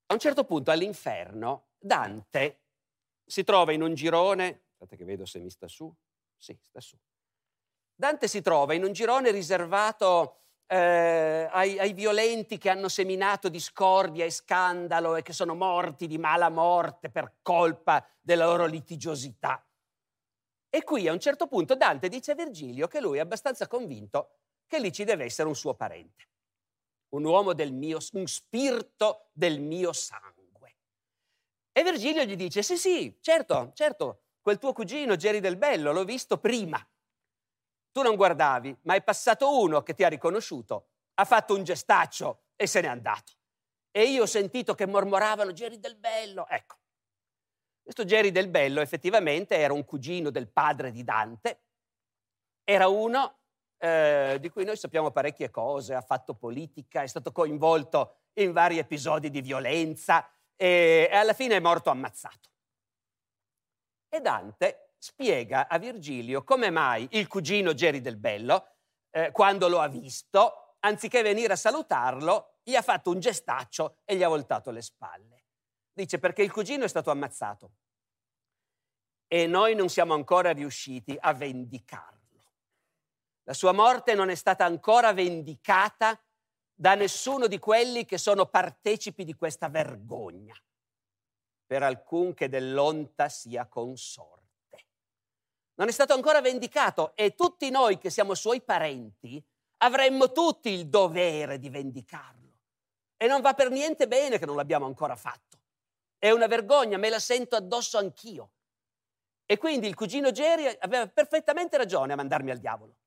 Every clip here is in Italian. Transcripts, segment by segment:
A un certo punto all'inferno Dante si trova in un girone, aspetta che vedo se mi sta su, sì, sta su. Dante si trova in un girone riservato ai violenti che hanno seminato discordia e scandalo e che sono morti di mala morte per colpa della loro litigiosità. E qui a un certo punto Dante dice a Virgilio che lui è abbastanza convinto che lì ci deve essere un suo parente, un uomo del mio, un spirito del mio sangue. E Virgilio gli dice: sì, sì, certo, certo, quel tuo cugino Geri del Bello, l'ho visto prima. Tu non guardavi, ma è passato uno che ti ha riconosciuto, ha fatto un gestaccio e se n'è andato. E io ho sentito che mormoravano Geri del Bello. Ecco, questo Geri del Bello effettivamente era un cugino del padre di Dante, era uno di cui noi sappiamo parecchie cose, ha fatto politica, è stato coinvolto in vari episodi di violenza e alla fine è morto ammazzato. E Dante spiega a Virgilio come mai il cugino Geri del Bello, quando lo ha visto, anziché venire a salutarlo, gli ha fatto un gestaccio e gli ha voltato le spalle. Dice: perché il cugino è stato ammazzato e noi non siamo ancora riusciti a vendicarlo. La sua morte non è stata ancora vendicata da nessuno di quelli che sono partecipi di questa vergogna, per alcun che dell'onta sia consorte. Non è stato ancora vendicato e tutti noi che siamo suoi parenti avremmo tutti il dovere di vendicarlo. E non va per niente bene che non l'abbiamo ancora fatto. È una vergogna, me la sento addosso anch'io. E quindi il cugino Geri aveva perfettamente ragione a mandarmi al diavolo.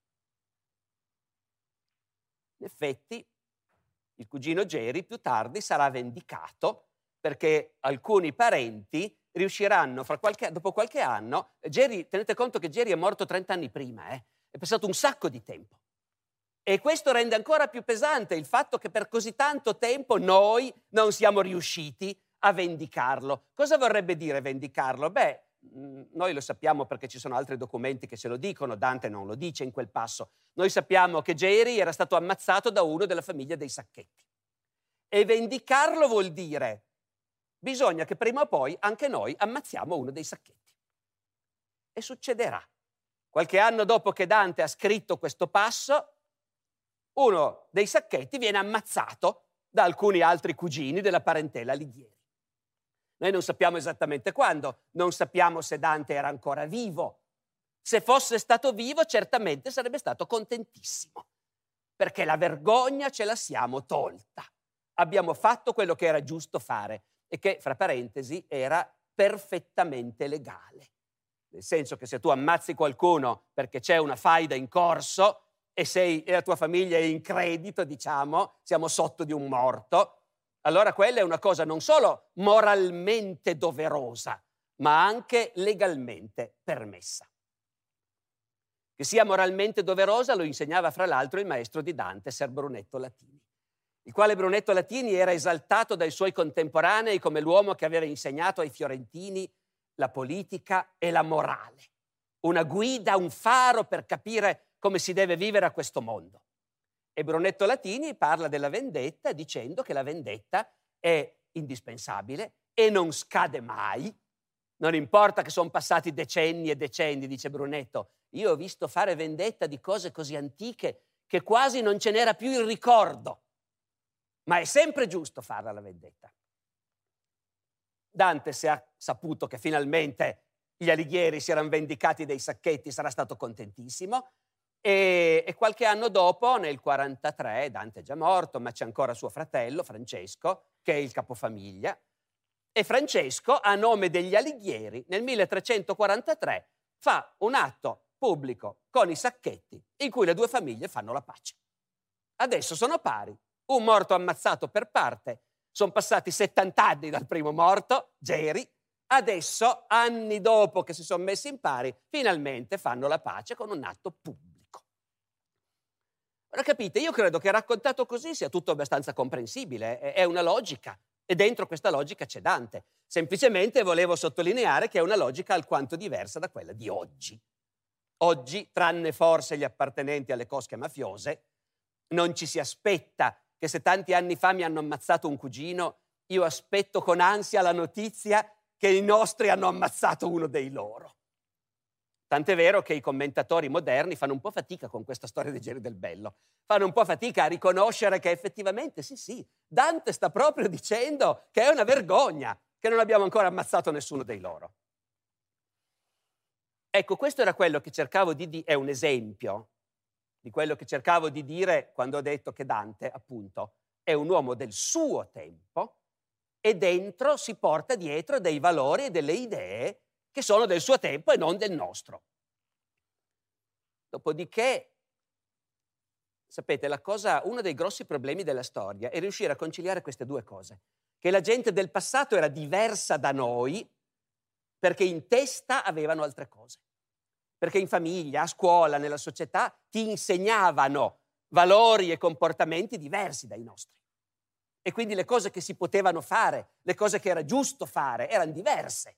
In effetti, il cugino Geri più tardi sarà vendicato perché alcuni parenti riusciranno, dopo qualche anno, Geri, tenete conto che Geri è morto 30 anni prima, è passato un sacco di tempo. E questo rende ancora più pesante il fatto che per così tanto tempo noi non siamo riusciti a vendicarlo. Cosa vorrebbe dire vendicarlo? Beh, noi lo sappiamo perché ci sono altri documenti che ce lo dicono, Dante non lo dice in quel passo. Noi sappiamo che Geri era stato ammazzato da uno della famiglia dei Sacchetti. E vendicarlo vuol dire bisogna che prima o poi anche noi ammazziamo uno dei Sacchetti. E succederà. Qualche anno dopo che Dante ha scritto questo passo, uno dei Sacchetti viene ammazzato da alcuni altri cugini della parentela Alighieri. Noi non sappiamo esattamente quando, non sappiamo se Dante era ancora vivo. Se fosse stato vivo, certamente sarebbe stato contentissimo, perché la vergogna ce la siamo tolta. Abbiamo fatto quello che era giusto fare e che, fra parentesi, era perfettamente legale. Nel senso che se tu ammazzi qualcuno perché c'è una faida in corso e la tua famiglia è in credito, diciamo, siamo sotto di un morto, allora quella è una cosa non solo moralmente doverosa, ma anche legalmente permessa. Che sia moralmente doverosa lo insegnava fra l'altro il maestro di Dante, Ser Brunetto Latini, il quale Brunetto Latini era esaltato dai suoi contemporanei come l'uomo che aveva insegnato ai fiorentini la politica e la morale, una guida, un faro per capire come si deve vivere a questo mondo. E Brunetto Latini parla della vendetta dicendo che la vendetta è indispensabile e non scade mai. Non importa che sono passati decenni e decenni, dice Brunetto. Io ho visto fare vendetta di cose così antiche che quasi non ce n'era più il ricordo. Ma è sempre giusto farla la vendetta. Dante, se ha saputo che finalmente gli Alighieri si erano vendicati dei Sacchetti, sarà stato contentissimo. E qualche anno dopo, nel 43, Dante è già morto, ma c'è ancora suo fratello, Francesco, che è il capofamiglia. E Francesco, a nome degli Alighieri, nel 1343 fa un atto pubblico con i Sacchetti in cui le due famiglie fanno la pace. Adesso sono pari, un morto ammazzato per parte, sono passati 70 anni dal primo morto, Geri, adesso, anni dopo che si sono messi in pari, finalmente fanno la pace con un atto pubblico. Ora capite, io credo che raccontato così sia tutto abbastanza comprensibile, è una logica e dentro questa logica c'è Dante. Semplicemente volevo sottolineare che è una logica alquanto diversa da quella di oggi. Oggi, tranne forse gli appartenenti alle cosche mafiose, non ci si aspetta che se tanti anni fa mi hanno ammazzato un cugino, io aspetto con ansia la notizia che i nostri hanno ammazzato uno dei loro. Tant'è vero che i commentatori moderni fanno un po' fatica con questa storia di Geri del Bello. Fanno un po' fatica a riconoscere che effettivamente, sì, Dante sta proprio dicendo che è una vergogna che non abbiamo ancora ammazzato nessuno dei loro. Ecco, questo era quello che cercavo di dire, è un esempio di quello che cercavo di dire quando ho detto che Dante, appunto, è un uomo del suo tempo e dentro si porta dietro dei valori e delle idee che sono del suo tempo e non del nostro. Dopodiché, sapete, uno dei grossi problemi della storia è riuscire a conciliare queste due cose. Che la gente del passato era diversa da noi perché in testa avevano altre cose. Perché in famiglia, a scuola, nella società ti insegnavano valori e comportamenti diversi dai nostri. E quindi le cose che si potevano fare, le cose che era giusto fare, erano diverse.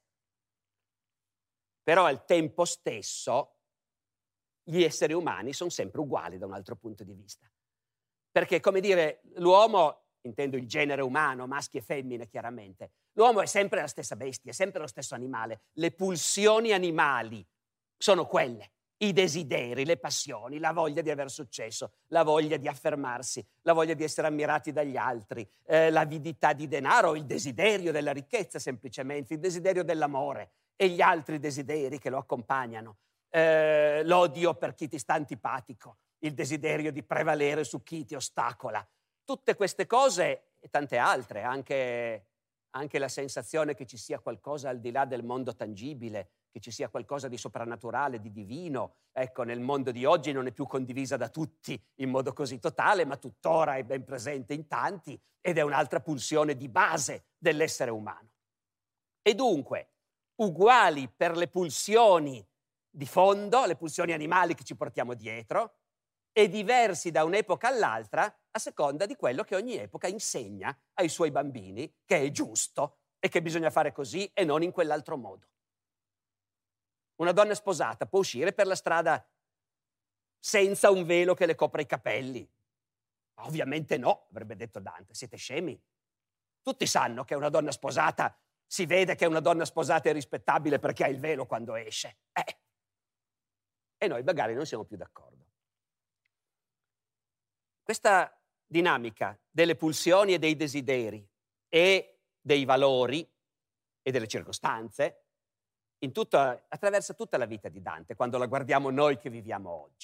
Però al tempo stesso gli esseri umani sono sempre uguali da un altro punto di vista. Perché, come dire, l'uomo, intendo il genere umano, maschi e femmine chiaramente, l'uomo è sempre la stessa bestia, è sempre lo stesso animale. Le pulsioni animali sono quelle, i desideri, le passioni, la voglia di aver successo, la voglia di affermarsi, la voglia di essere ammirati dagli altri, l'avidità di denaro, il desiderio della ricchezza semplicemente, il desiderio dell'amore e gli altri desideri che lo accompagnano, l'odio per chi ti sta antipatico, il desiderio di prevalere su chi ti ostacola. Tutte queste cose e tante altre, anche la sensazione che ci sia qualcosa al di là del mondo tangibile, che ci sia qualcosa di soprannaturale, di divino, ecco, nel mondo di oggi non è più condivisa da tutti in modo così totale, ma tuttora è ben presente in tanti ed è un'altra pulsione di base dell'essere umano. E dunque, uguali per le pulsioni di fondo, le pulsioni animali che ci portiamo dietro, e diversi da un'epoca all'altra a seconda di quello che ogni epoca insegna ai suoi bambini che è giusto e che bisogna fare così e non in quell'altro modo. Una donna sposata può uscire per la strada senza un velo che le copra i capelli? Ovviamente no, avrebbe detto Dante, siete scemi? Tutti sanno che una donna sposata, si vede che una donna sposata è rispettabile perché ha il velo quando esce. E noi magari non siamo più d'accordo. Questa dinamica delle pulsioni e dei desideri e dei valori e delle circostanze attraversa tutta la vita di Dante, quando la guardiamo noi che viviamo oggi.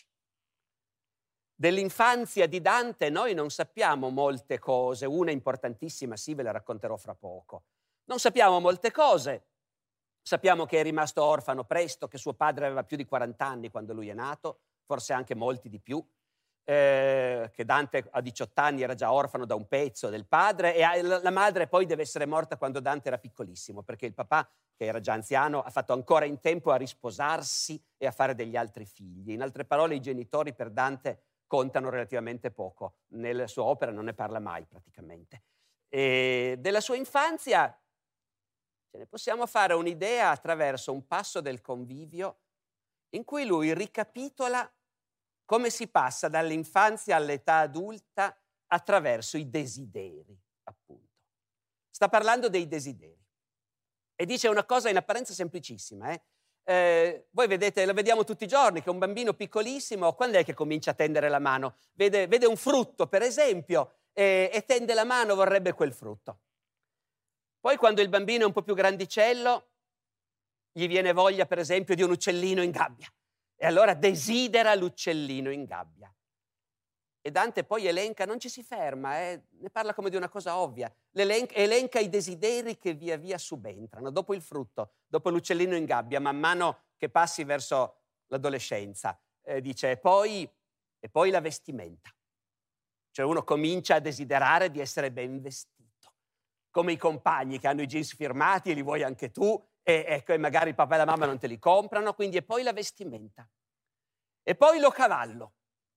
Dell'infanzia di Dante noi non sappiamo molte cose, una importantissima sì, ve la racconterò fra poco. Non sappiamo molte cose, sappiamo che è rimasto orfano presto, che suo padre aveva più di 40 anni quando lui è nato, forse anche molti di più, che Dante a 18 anni era già orfano da un pezzo del padre e la madre poi deve essere morta quando Dante era piccolissimo, perché il papà, che era già anziano, ha fatto ancora in tempo a risposarsi e a fare degli altri figli. In altre parole, i genitori per Dante contano relativamente poco. Nella sua opera non ne parla mai praticamente. E della sua infanzia ce ne possiamo fare un'idea attraverso un passo del Convivio in cui lui ricapitola come si passa dall'infanzia all'età adulta attraverso i desideri, appunto. Sta parlando dei desideri e dice una cosa in apparenza semplicissima. Voi vedete, lo vediamo tutti i giorni, che un bambino piccolissimo, quando è che comincia a tendere la mano? Vede un frutto, per esempio, e tende la mano, vorrebbe quel frutto. Poi quando il bambino è un po' più grandicello, gli viene voglia, per esempio, di un uccellino in gabbia. E allora desidera l'uccellino in gabbia. E Dante poi elenca, non ci si ferma, ne parla come di una cosa ovvia, elenca i desideri che via via subentrano, dopo il frutto, dopo l'uccellino in gabbia, man mano che passi verso l'adolescenza. Dice, e poi la vestimenta. Cioè uno comincia a desiderare di essere ben vestito, come i compagni che hanno i jeans firmati e li vuoi anche tu, e magari il papà e la mamma non te li comprano, quindi e poi la vestimenta. E poi lo cavallo.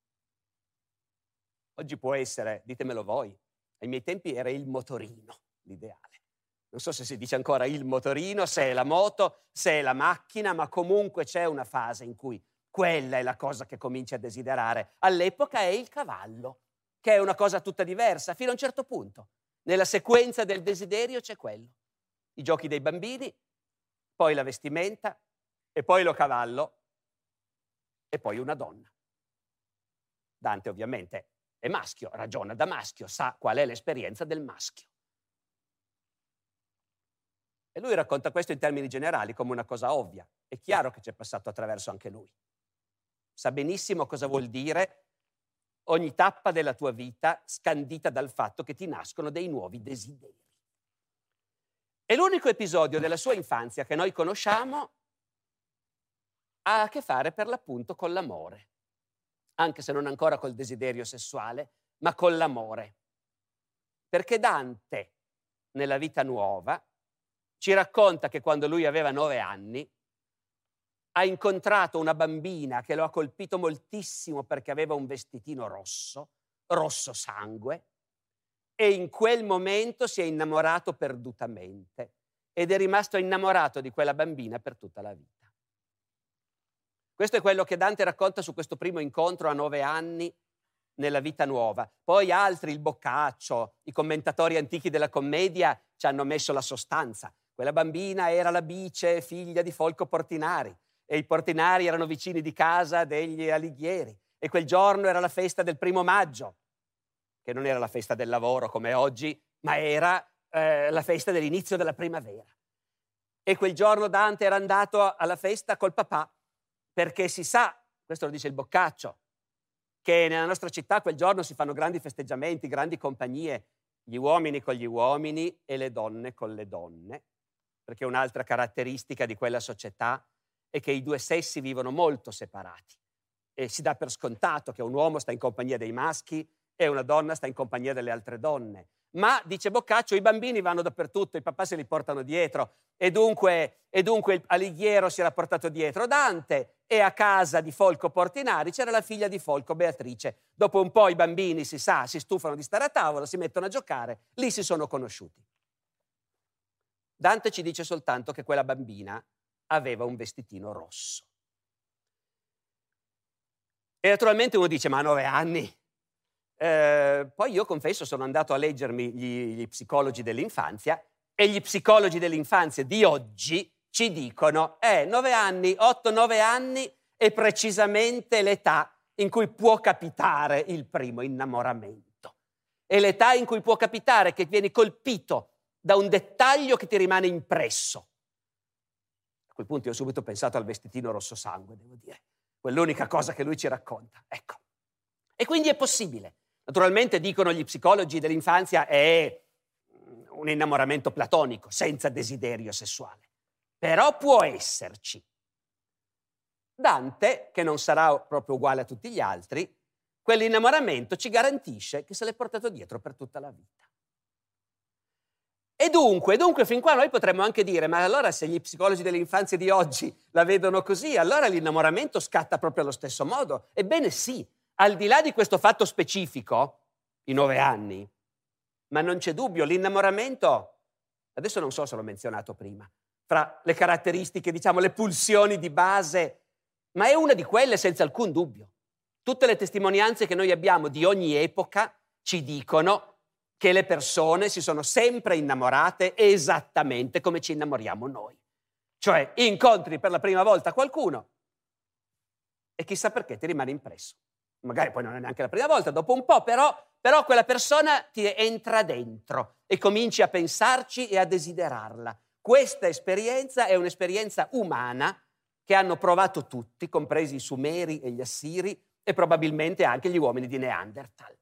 Oggi può essere, ditemelo voi, ai miei tempi era il motorino l'ideale. Non so se si dice ancora il motorino, se è la moto, se è la macchina, ma comunque c'è una fase in cui quella è la cosa che cominci a desiderare. All'epoca è il cavallo, che è una cosa tutta diversa, fino a un certo punto. Nella sequenza del desiderio c'è quello. I giochi dei bambini, poi la vestimenta, e poi lo cavallo, e poi una donna. Dante ovviamente è maschio, ragiona da maschio, sa qual è l'esperienza del maschio. E lui racconta questo in termini generali, come una cosa ovvia. È chiaro che c'è passato attraverso anche lui. Sa benissimo cosa vuol dire ogni tappa della tua vita scandita dal fatto che ti nascono dei nuovi desideri. E l'unico episodio della sua infanzia che noi conosciamo ha a che fare per l'appunto con l'amore, anche se non ancora col desiderio sessuale, ma con l'amore. Perché Dante, nella Vita Nuova, ci racconta che quando lui aveva 9 anni ha incontrato una bambina che lo ha colpito moltissimo perché aveva un vestitino rosso, rosso sangue, e in quel momento si è innamorato perdutamente ed è rimasto innamorato di quella bambina per tutta la vita. Questo è quello che Dante racconta su questo primo incontro a 9 anni nella Vita Nuova. Poi altri, il Boccaccio, i commentatori antichi della commedia ci hanno messo la sostanza. Quella bambina era la Bice, figlia di Folco Portinari, e i Portinari erano vicini di casa degli Alighieri, e quel giorno era la festa del 1° maggio, che non era la festa del lavoro come oggi, ma era la festa dell'inizio della primavera. E quel giorno Dante era andato alla festa col papà, perché si sa, questo lo dice il Boccaccio, che nella nostra città quel giorno si fanno grandi festeggiamenti, grandi compagnie, gli uomini con gli uomini e le donne con le donne, perché un'altra caratteristica di quella società è che i due sessi vivono molto separati e si dà per scontato che un uomo sta in compagnia dei maschi e una donna sta in compagnia delle altre donne. Ma, dice Boccaccio, i bambini vanno dappertutto, i papà se li portano dietro e dunque Alighiero si era portato dietro Dante, e a casa di Folco Portinari c'era la figlia di Folco, Beatrice. Dopo un po' i bambini, si sa, si stufano di stare a tavola, si mettono a giocare, lì si sono conosciuti. Dante ci dice soltanto che quella bambina aveva un vestitino rosso. E naturalmente uno dice, ma a 9 anni? Poi io confesso sono andato a leggermi gli psicologi dell'infanzia, e gli psicologi dell'infanzia di oggi ci dicono 9 anni, 8-9 anni è precisamente l'età in cui può capitare il primo innamoramento. È l'età in cui può capitare che vieni colpito da un dettaglio che ti rimane impresso. A quel punto io ho subito pensato al vestitino rosso sangue, devo dire. Quell'unica cosa che lui ci racconta. Ecco. E quindi è possibile. Naturalmente, dicono gli psicologi dell'infanzia, è un innamoramento platonico, senza desiderio sessuale. Però può esserci. Dante, che non sarà proprio uguale a tutti gli altri, quell'innamoramento ci garantisce che se l'è portato dietro per tutta la vita. E dunque, fin qua noi potremmo anche dire, ma allora se gli psicologi dell'infanzia di oggi la vedono così, allora l'innamoramento scatta proprio allo stesso modo. Ebbene sì, al di là di questo fatto specifico, i 9 anni, ma non c'è dubbio, l'innamoramento, adesso non so se l'ho menzionato prima, fra le caratteristiche, diciamo, le pulsioni di base, ma è una di quelle senza alcun dubbio. Tutte le testimonianze che noi abbiamo di ogni epoca ci dicono che le persone si sono sempre innamorate esattamente come ci innamoriamo noi. Cioè, incontri per la prima volta qualcuno e chissà perché ti rimane impresso. Magari poi non è neanche la prima volta, dopo un po', però quella persona ti entra dentro e cominci a pensarci e a desiderarla. Questa esperienza è un'esperienza umana che hanno provato tutti, compresi i Sumeri e gli Assiri e probabilmente anche gli uomini di Neanderthal.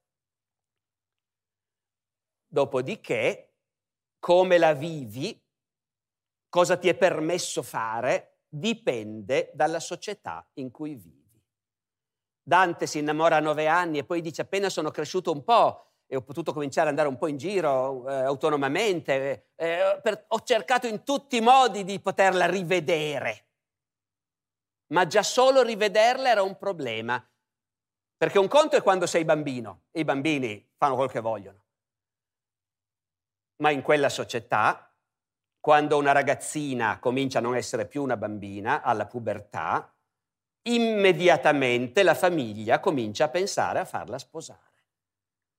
Dopodiché, come la vivi, cosa ti è permesso fare, dipende dalla società in cui vivi. Dante si innamora a 9 anni e poi dice appena sono cresciuto un po' e ho potuto cominciare ad andare un po' in giro autonomamente, ho cercato in tutti i modi di poterla rivedere. Ma già solo rivederla era un problema, perché un conto è quando sei bambino e i bambini fanno quel che vogliono. Ma in quella società, quando una ragazzina comincia a non essere più una bambina, alla pubertà, immediatamente la famiglia comincia a pensare a farla sposare.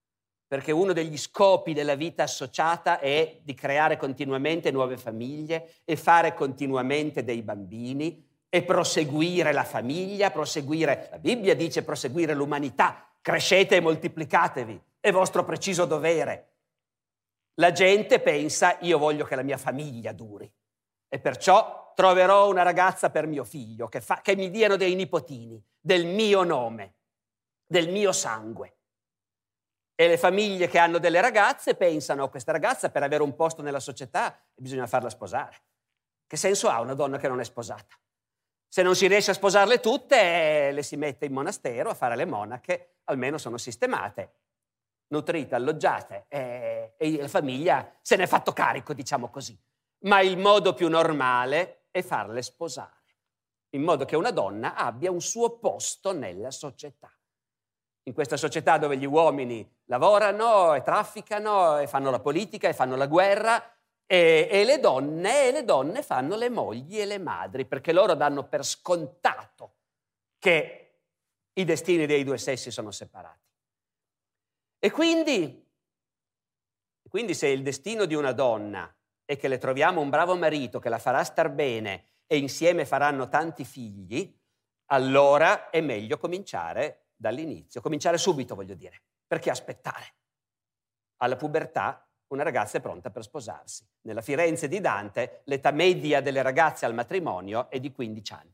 perché uno degli scopi della vita associata è di creare continuamente nuove famiglie e fare continuamente dei bambini e proseguire la famiglia, la Bibbia dice proseguire l'umanità, crescete e moltiplicatevi, è vostro preciso dovere. La gente pensa, io voglio che la mia famiglia duri e perciò troverò una ragazza per mio figlio che mi diano dei nipotini, del mio nome, del mio sangue. E le famiglie che hanno delle ragazze pensano, questa ragazza per avere un posto nella società bisogna farla sposare. Che senso ha una donna che non è sposata? Se non si riesce a sposarle tutte, le si mette in monastero a fare le monache, almeno sono sistemate, nutrite, alloggiate e la famiglia se ne è fatto carico, diciamo così. Ma il modo più normale è farle sposare, in modo che una donna abbia un suo posto nella società. In questa società dove gli uomini lavorano e trafficano e fanno la politica e fanno la guerra e le donne fanno le mogli e le madri, perché loro danno per scontato che i destini dei due sessi sono separati. E quindi se il destino di una donna è che le troviamo un bravo marito che la farà star bene e insieme faranno tanti figli, allora è meglio cominciare dall'inizio, cominciare subito, voglio dire, perché aspettare. Alla pubertà una ragazza è pronta per sposarsi. Nella Firenze di Dante l'età media delle ragazze al matrimonio è di 15 anni.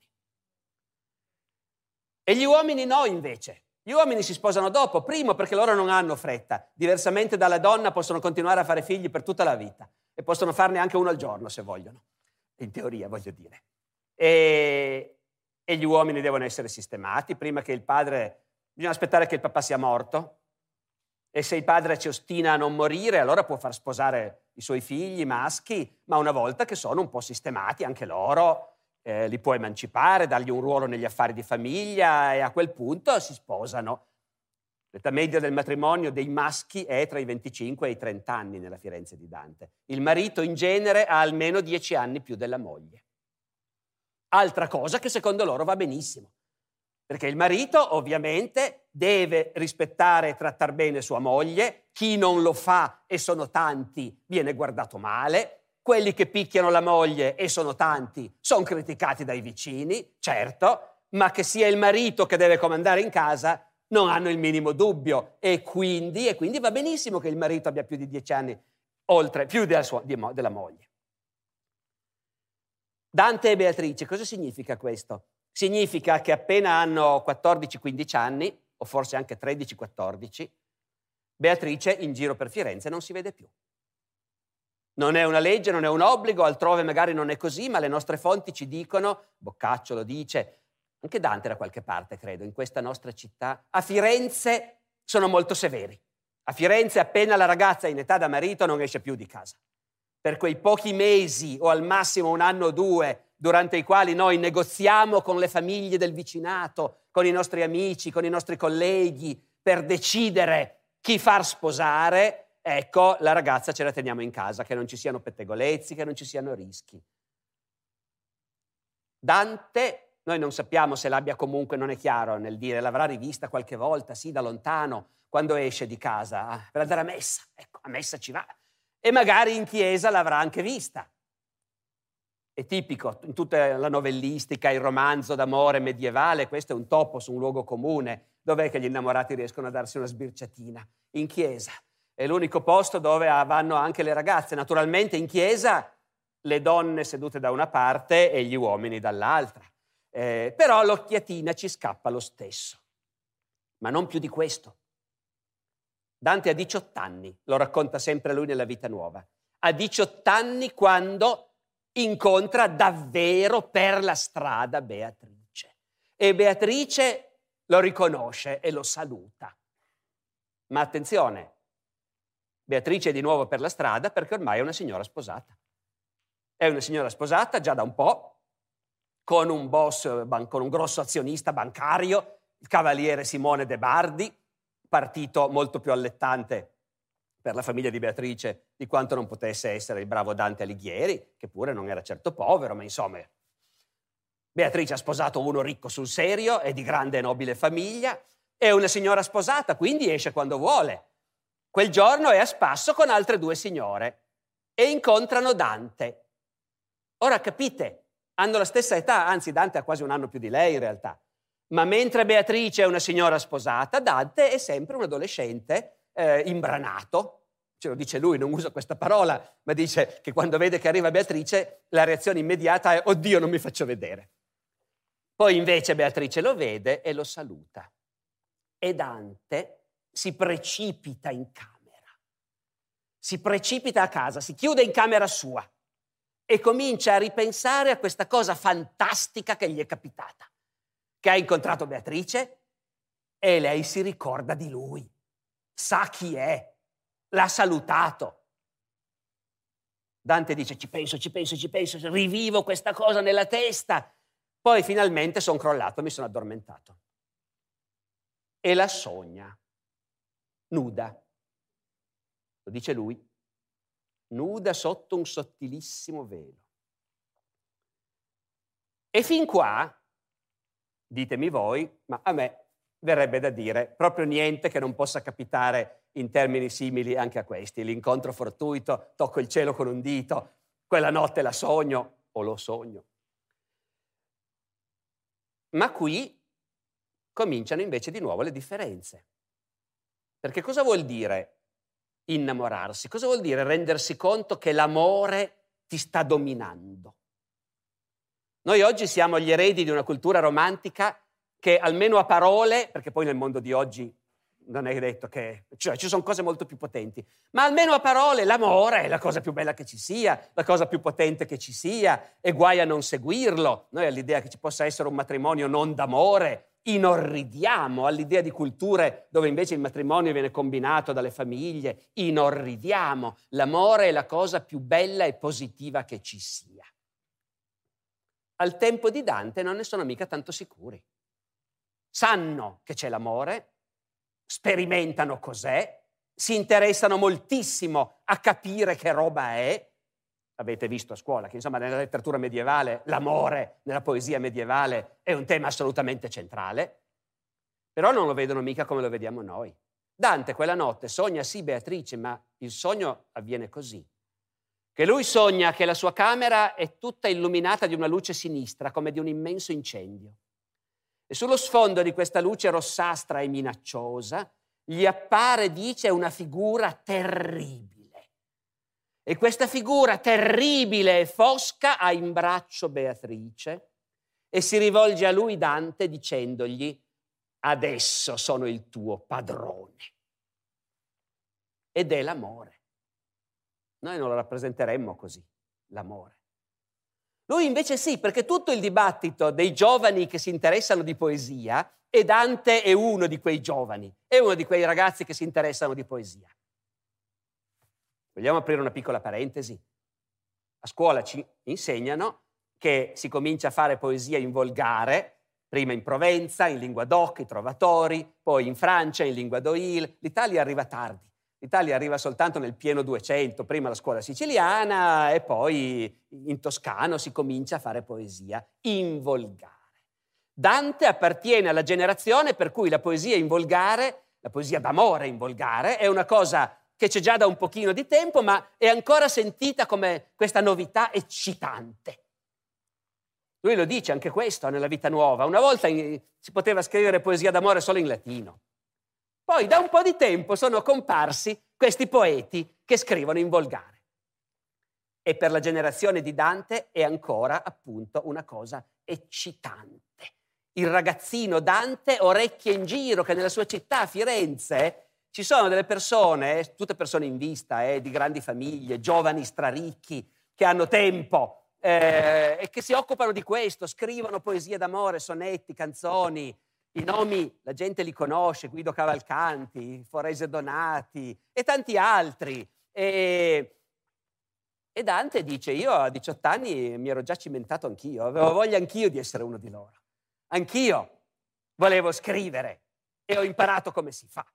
E gli uomini no, invece. Gli uomini si sposano dopo, primo perché loro non hanno fretta. Diversamente dalla donna possono continuare a fare figli per tutta la vita e possono farne anche uno al giorno se vogliono, in teoria voglio dire. E gli uomini devono essere sistemati prima che il padre... Bisogna aspettare che il papà sia morto e se il padre si ostina a non morire allora può far sposare i suoi figli maschi, ma una volta che sono un po' sistemati anche loro, li può emancipare, dargli un ruolo negli affari di famiglia e a quel punto si sposano. L'età media del matrimonio dei maschi è tra i 25 e i 30 anni nella Firenze di Dante. Il marito in genere ha almeno 10 anni più della moglie. Altra cosa che secondo loro va benissimo. Perché il marito ovviamente deve rispettare e trattar bene sua moglie, chi non lo fa, e sono tanti, viene guardato male, quelli che picchiano la moglie, e sono tanti, sono criticati dai vicini, certo, ma che sia il marito che deve comandare in casa non hanno il minimo dubbio e quindi va benissimo che il marito abbia più di 10 anni, più della moglie. Dante e Beatrice, cosa significa questo? Significa che appena hanno 14-15 anni, o forse anche 13-14, Beatrice in giro per Firenze non si vede più. Non è una legge, non è un obbligo, altrove magari non è così, ma le nostre fonti ci dicono, Boccaccio lo dice, anche Dante da qualche parte credo, in questa nostra città, a Firenze sono molto severi. A Firenze appena la ragazza è in età da marito non esce più di casa. Per quei pochi mesi o al massimo un anno o due durante i quali noi negoziamo con le famiglie del vicinato, con i nostri amici, con i nostri colleghi, per decidere chi far sposare, ecco, la ragazza ce la teniamo in casa, che non ci siano pettegolezzi, che non ci siano rischi. Dante, noi non sappiamo se l'abbia comunque, non è chiaro nel dire, l'avrà rivista qualche volta, sì, da lontano, quando esce di casa, per andare a messa, ecco, a messa ci va, e magari in chiesa l'avrà anche vista. È tipico, in tutta la novellistica, il romanzo d'amore medievale, questo è un topo su un luogo comune. Dov'è che gli innamorati riescono a darsi una sbirciatina? In chiesa. È l'unico posto dove vanno anche le ragazze. Naturalmente in chiesa le donne sedute da una parte e gli uomini dall'altra. Però l'occhiatina ci scappa lo stesso. Ma non più di questo. Dante ha 18 anni, lo racconta sempre lui nella Vita Nuova. Ha 18 anni quando incontra davvero per la strada Beatrice. E Beatrice lo riconosce e lo saluta. Ma attenzione, Beatrice è di nuovo per la strada perché ormai è una signora sposata. È una signora sposata già da un po', con un boss, con un grosso azionista bancario, il cavaliere Simone de Bardi, partito molto più allettante per la famiglia di Beatrice di quanto non potesse essere il bravo Dante Alighieri, che pure non era certo povero, ma insomma Beatrice ha sposato uno ricco sul serio e di grande e nobile famiglia, è una signora sposata, quindi esce quando vuole. quel giorno è a spasso con altre due signore e incontrano Dante. Ora capite, hanno la stessa età, anzi Dante ha quasi un anno più di lei in realtà, ma mentre Beatrice è una signora sposata, Dante è sempre un adolescente imbranato. Ce lo dice lui, non usa questa parola, ma dice che quando vede che arriva Beatrice la reazione immediata è «Oddio, non mi faccio vedere». Poi invece Beatrice lo vede e lo saluta. E Dante si precipita in camera, si precipita a casa, si chiude in camera sua e comincia a ripensare a questa cosa fantastica che gli è capitata, che ha incontrato Beatrice e lei si ricorda di lui, sa chi è, l'ha salutato. Dante dice ci penso, rivivo questa cosa nella testa. Poi finalmente sono crollato, mi sono addormentato. E la sogna, nuda, lo dice lui, nuda sotto un sottilissimo velo. E fin qua, ditemi voi, ma a me verrebbe da dire proprio niente che non possa capitare in termini simili anche a questi. L'incontro fortuito, tocco il cielo con un dito, quella notte la sogno o lo sogno. Ma qui cominciano invece di nuovo le differenze. Perché cosa vuol dire innamorarsi? Cosa vuol dire rendersi conto che l'amore ti sta dominando? Noi oggi siamo gli eredi di una cultura romantica che almeno a parole, perché poi nel mondo di oggi non è detto che, cioè ci sono cose molto più potenti, ma almeno a parole l'amore è la cosa più bella che ci sia, la cosa più potente che ci sia, e guai a non seguirlo. Noi all'idea che ci possa essere un matrimonio non d'amore inorridiamo, all'idea di culture dove invece il matrimonio viene combinato dalle famiglie, inorridiamo. L'amore è la cosa più bella e positiva che ci sia. Al tempo di Dante non ne sono mica tanto sicuri. Sanno che c'è l'amore, sperimentano cos'è, si interessano moltissimo a capire che roba è. Avete visto a scuola che insomma nella letteratura medievale l'amore, nella poesia medievale, è un tema assolutamente centrale, però non lo vedono mica come lo vediamo noi. Dante quella notte sogna sì Beatrice, ma il sogno avviene così, che lui sogna che la sua camera è tutta illuminata di una luce sinistra, come di un immenso incendio. E sullo sfondo di questa luce rossastra e minacciosa gli appare, dice, una figura terribile. E questa figura terribile e fosca ha in braccio Beatrice e si rivolge a lui Dante dicendogli: adesso sono il tuo padrone. Ed è l'amore. Noi non lo rappresenteremmo così, l'amore. Lui invece sì, perché tutto il dibattito dei giovani che si interessano di poesia, e Dante è uno di quei giovani, è uno di quei ragazzi che si interessano di poesia. Vogliamo aprire una piccola parentesi? A scuola ci insegnano che si comincia a fare poesia in volgare, prima in Provenza, in lingua doc, i trovatori, poi in Francia, in lingua d'Oil. L'Italia arriva tardi. L'Italia arriva soltanto nel pieno 200, prima la scuola siciliana e poi in toscano si comincia a fare poesia in volgare. Dante appartiene alla generazione per cui la poesia in volgare, la poesia d'amore in volgare, è una cosa che c'è già da un pochino di tempo, ma è ancora sentita come questa novità eccitante. Lui lo dice anche questo nella Vita Nuova. Una volta si poteva scrivere poesia d'amore solo in latino. Poi da un po' di tempo sono comparsi questi poeti che scrivono in volgare. E per la generazione di Dante è ancora appunto una cosa eccitante. Il ragazzino Dante, orecchie in giro, che nella sua città, Firenze, ci sono delle persone, tutte persone in vista, di grandi famiglie, giovani straricchi, che hanno tempo e che si occupano di questo, scrivono poesie d'amore, sonetti, canzoni. I nomi la gente li conosce, Guido Cavalcanti, Forese Donati e tanti altri. E Dante dice, io a 18 anni mi ero già cimentato anch'io, avevo voglia anch'io di essere uno di loro. Anch'io volevo scrivere e ho imparato come si fa.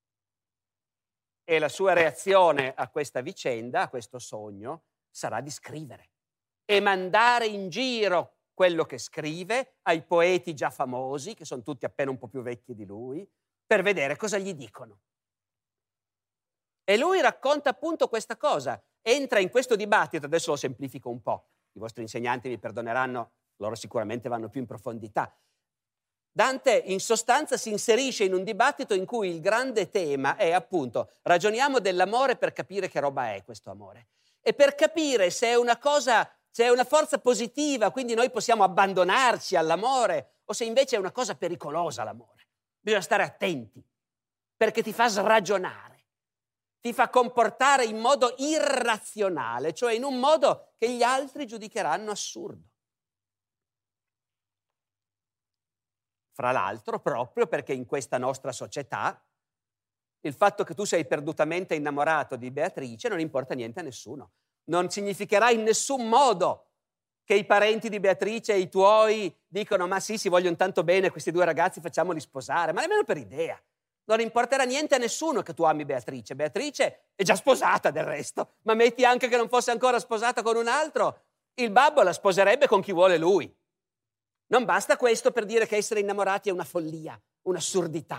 E la sua reazione a questa vicenda, a questo sogno, sarà di scrivere e mandare in giro quello che scrive ai poeti già famosi, che sono tutti appena un po' più vecchi di lui, per vedere cosa gli dicono. E lui racconta appunto questa cosa, entra in questo dibattito, adesso lo semplifico un po', i vostri insegnanti mi perdoneranno, loro sicuramente vanno più in profondità. Dante in sostanza si inserisce in un dibattito in cui il grande tema è appunto ragioniamo dell'amore per capire che roba è questo amore e per capire se è una cosa, se è una forza positiva, quindi noi possiamo abbandonarci all'amore o se invece è una cosa pericolosa l'amore. Bisogna stare attenti perché ti fa sragionare, ti fa comportare in modo irrazionale, cioè in un modo che gli altri giudicheranno assurdo. Fra l'altro, proprio perché in questa nostra società il fatto che tu sei perdutamente innamorato di Beatrice non importa niente a nessuno. Non significherà in nessun modo che i parenti di Beatrice e i tuoi dicono ma sì, si vogliono tanto bene questi due ragazzi, facciamoli sposare, ma nemmeno per idea. Non importerà niente a nessuno che tu ami Beatrice. Beatrice è già sposata del resto, ma metti anche che non fosse ancora sposata con un altro, il babbo la sposerebbe con chi vuole lui. Non basta questo per dire che essere innamorati è una follia, un'assurdità.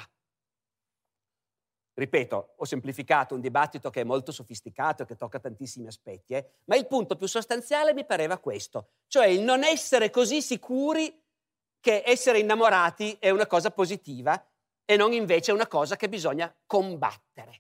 Ripeto, ho semplificato un dibattito che è molto sofisticato e che tocca tantissimi aspetti, ma il punto più sostanziale mi pareva questo, cioè il non essere così sicuri che essere innamorati è una cosa positiva e non invece una cosa che bisogna combattere.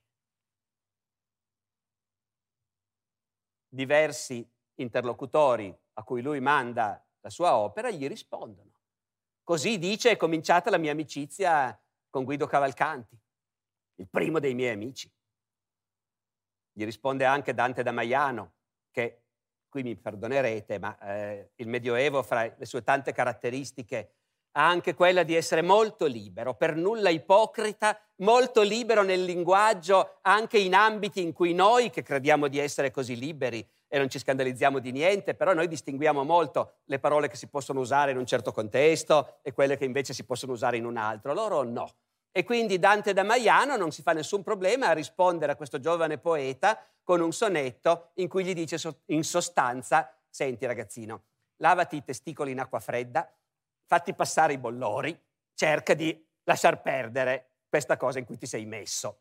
Diversi interlocutori a cui lui manda la sua opera gli rispondono. Così dice è cominciata la mia amicizia con Guido Cavalcanti, il primo dei miei amici. Gli risponde anche Dante da Maiano, che, qui mi perdonerete, ma il Medioevo fra le sue tante caratteristiche ha anche quella di essere molto libero, per nulla ipocrita, molto libero nel linguaggio, anche in ambiti in cui noi, che crediamo di essere così liberi e non ci scandalizziamo di niente, però noi distinguiamo molto le parole che si possono usare in un certo contesto e quelle che invece si possono usare in un altro. Loro no. E quindi Dante da Maiano non si fa nessun problema a rispondere a questo giovane poeta con un sonetto in cui gli dice in sostanza: senti ragazzino, lavati i testicoli in acqua fredda, fatti passare i bollori, cerca di lasciar perdere questa cosa in cui ti sei messo.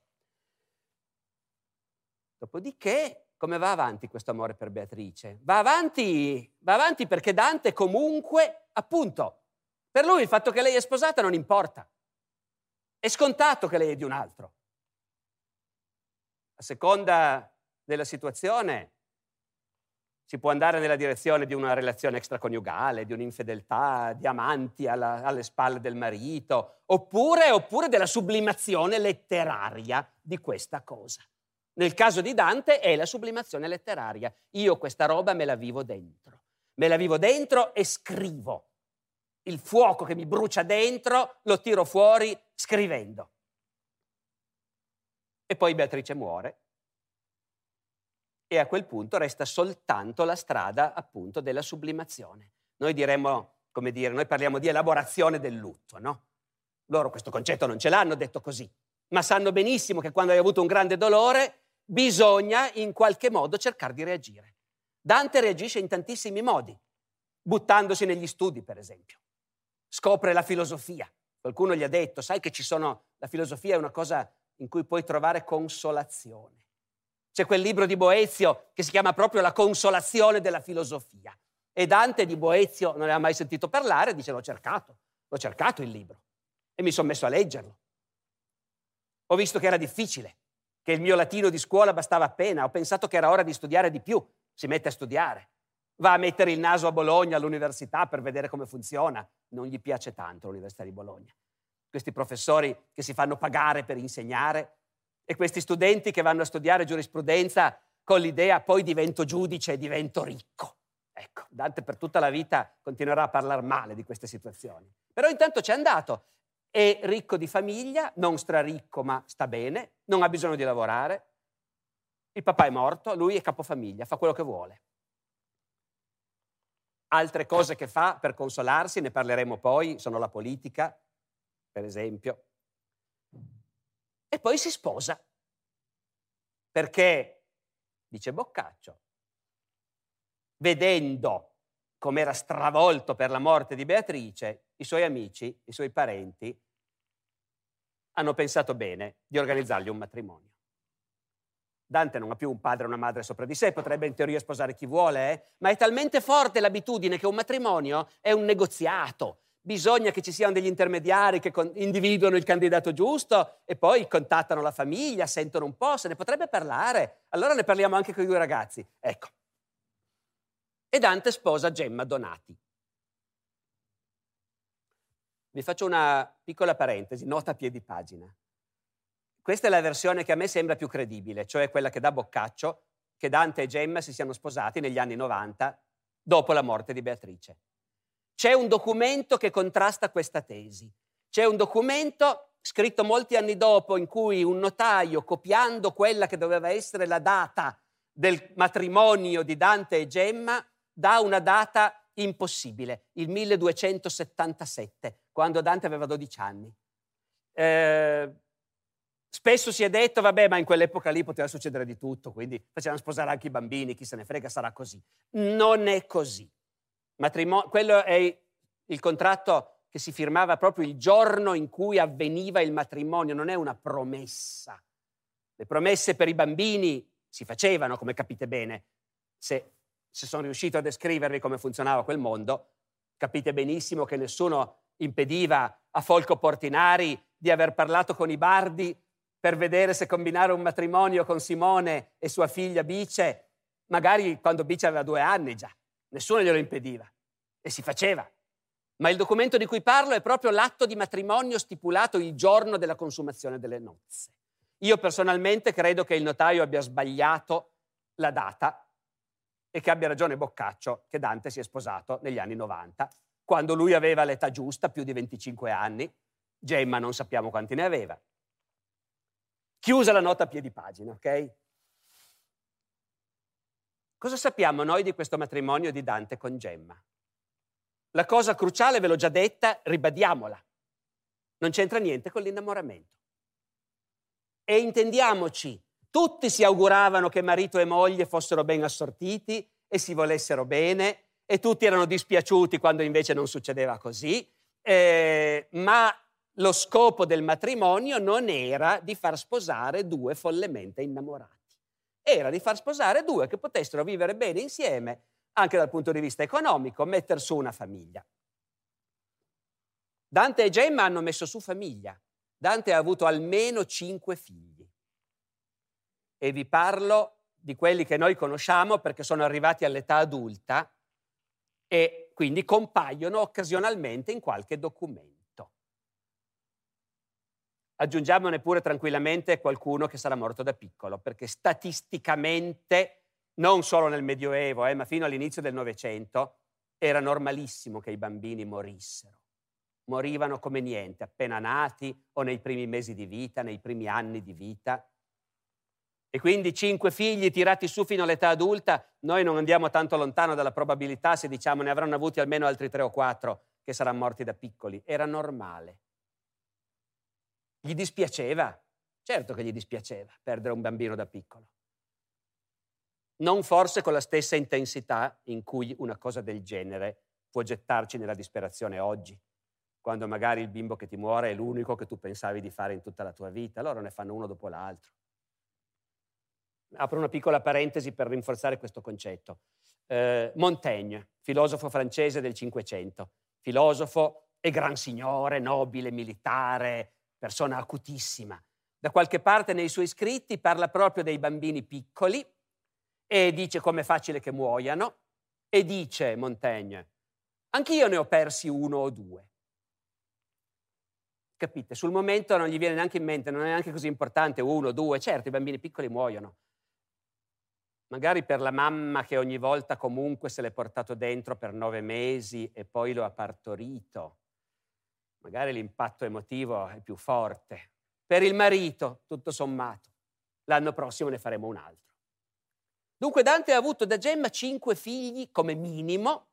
Dopodiché, come va avanti questo amore per Beatrice? Va avanti perché Dante comunque, appunto, per lui il fatto che lei è sposata non importa. È scontato che lei è di un altro. A seconda della situazione si può andare nella direzione di una relazione extraconiugale, di un'infedeltà, di amanti alle spalle del marito, oppure della sublimazione letteraria di questa cosa. Nel caso di Dante è la sublimazione letteraria. Io questa roba me la vivo dentro e scrivo. Il fuoco che mi brucia dentro lo tiro fuori scrivendo. E poi Beatrice muore e a quel punto resta soltanto la strada appunto della sublimazione. Noi diremmo, come dire, noi parliamo di elaborazione del lutto, no? Loro questo concetto non ce l'hanno detto così, ma sanno benissimo che quando hai avuto un grande dolore bisogna in qualche modo cercare di reagire. Dante reagisce in tantissimi modi, buttandosi negli studi, per esempio. Scopre la filosofia. Qualcuno gli ha detto, sai che la filosofia è una cosa in cui puoi trovare consolazione. C'è quel libro di Boezio che si chiama proprio La consolazione della filosofia. E Dante di Boezio non ne ha mai sentito parlare, dice l'ho cercato il libro e mi sono messo a leggerlo. Ho visto che era difficile, che il mio latino di scuola bastava appena, ho pensato che era ora di studiare di più, si mette a studiare. Va a mettere il naso a Bologna all'università per vedere come funziona. Non gli piace tanto l'Università di Bologna. Questi professori che si fanno pagare per insegnare e questi studenti che vanno a studiare giurisprudenza con l'idea poi divento giudice e divento ricco. Ecco, Dante per tutta la vita continuerà a parlare male di queste situazioni. Però intanto c'è andato. È ricco di famiglia, non straricco ma sta bene, non ha bisogno di lavorare. Il papà è morto, lui è capofamiglia, fa quello che vuole. Altre cose che fa per consolarsi, ne parleremo poi, sono la politica, per esempio. E poi si sposa, perché, dice Boccaccio, vedendo com'era stravolto per la morte di Beatrice, i suoi amici, i suoi parenti, hanno pensato bene di organizzargli un matrimonio. Dante non ha più un padre e una madre sopra di sé, potrebbe in teoria sposare chi vuole, ma è talmente forte l'abitudine che un matrimonio è un negoziato. Bisogna che ci siano degli intermediari che individuano il candidato giusto e poi contattano la famiglia, sentono un po', se ne potrebbe parlare. Allora ne parliamo anche con i due ragazzi. Ecco. E Dante sposa Gemma Donati. Vi faccio una piccola parentesi, nota a piedi pagina. Questa è la versione che a me sembra più credibile, cioè quella che dà Boccaccio, che Dante e Gemma si siano sposati negli anni 90, dopo la morte di Beatrice. C'è un documento che contrasta questa tesi. C'è un documento scritto molti anni dopo in cui un notaio, copiando quella che doveva essere la data del matrimonio di Dante e Gemma, dà una data impossibile, il 1277, quando Dante aveva 12 anni. Spesso si è detto, vabbè, ma in quell'epoca lì poteva succedere di tutto, quindi facevano sposare anche i bambini, chi se ne frega, sarà così. Non è così. Quello è il contratto che si firmava proprio il giorno in cui avveniva il matrimonio, non è una promessa. Le promesse per i bambini si facevano, come capite bene. Se sono riuscito a descrivervi come funzionava quel mondo, capite benissimo che nessuno impediva a Folco Portinari di aver parlato con i bardi per vedere se combinare un matrimonio con Simone e sua figlia Bice, magari quando Bice aveva 2 anni già. Nessuno glielo impediva e si faceva. Ma il documento di cui parlo è proprio l'atto di matrimonio stipulato il giorno della consumazione delle nozze. Io personalmente credo che il notaio abbia sbagliato la data e che abbia ragione Boccaccio che Dante si è sposato negli anni 90, quando lui aveva l'età giusta, più di 25 anni. Gemma non sappiamo quanti ne aveva. Chiusa la nota a piedi pagina, ok? Cosa sappiamo noi di questo matrimonio di Dante con Gemma? La cosa cruciale ve l'ho già detta, ribadiamola. Non c'entra niente con l'innamoramento. E intendiamoci, tutti si auguravano che marito e moglie fossero ben assortiti e si volessero bene, e tutti erano dispiaciuti quando invece non succedeva così, ma lo scopo del matrimonio non era di far sposare 2 follemente innamorati. Era di far sposare 2 che potessero vivere bene insieme, anche dal punto di vista economico, metter su una famiglia. Dante e Gemma hanno messo su famiglia. Dante ha avuto almeno 5 figli. E vi parlo di quelli che noi conosciamo perché sono arrivati all'età adulta e quindi compaiono occasionalmente in qualche documento. Aggiungiamone pure tranquillamente qualcuno che sarà morto da piccolo, perché statisticamente, non solo nel Medioevo, ma fino all'inizio del Novecento, era normalissimo che i bambini morissero. Morivano come niente, appena nati o nei primi mesi di vita, nei primi anni di vita. E quindi 5 figli tirati su fino all'età adulta, noi non andiamo tanto lontano dalla probabilità se diciamo ne avranno avuti almeno altri 3 o 4 che saranno morti da piccoli. Era normale. Gli dispiaceva? Certo che gli dispiaceva perdere un bambino da piccolo. Non forse con la stessa intensità in cui una cosa del genere può gettarci nella disperazione oggi, quando magari il bimbo che ti muore è l'unico che tu pensavi di fare in tutta la tua vita, loro ne fanno uno dopo l'altro. Apro una piccola parentesi per rinforzare questo concetto. Montaigne, filosofo francese del Cinquecento, filosofo e gran signore, nobile, militare, persona acutissima. Da qualche parte nei suoi scritti parla proprio dei bambini piccoli e dice com'è facile che muoiano e dice, Montaigne, anch'io ne ho persi 1 o 2. Capite? Sul momento non gli viene neanche in mente, non è neanche così importante 1 o 2, certo i bambini piccoli muoiono. Magari per la mamma che ogni volta comunque se l'è portato dentro per 9 mesi e poi lo ha partorito. Magari l'impatto emotivo è più forte. Per il marito, tutto sommato, l'anno prossimo ne faremo un altro. Dunque Dante ha avuto da Gemma 5 figli come minimo,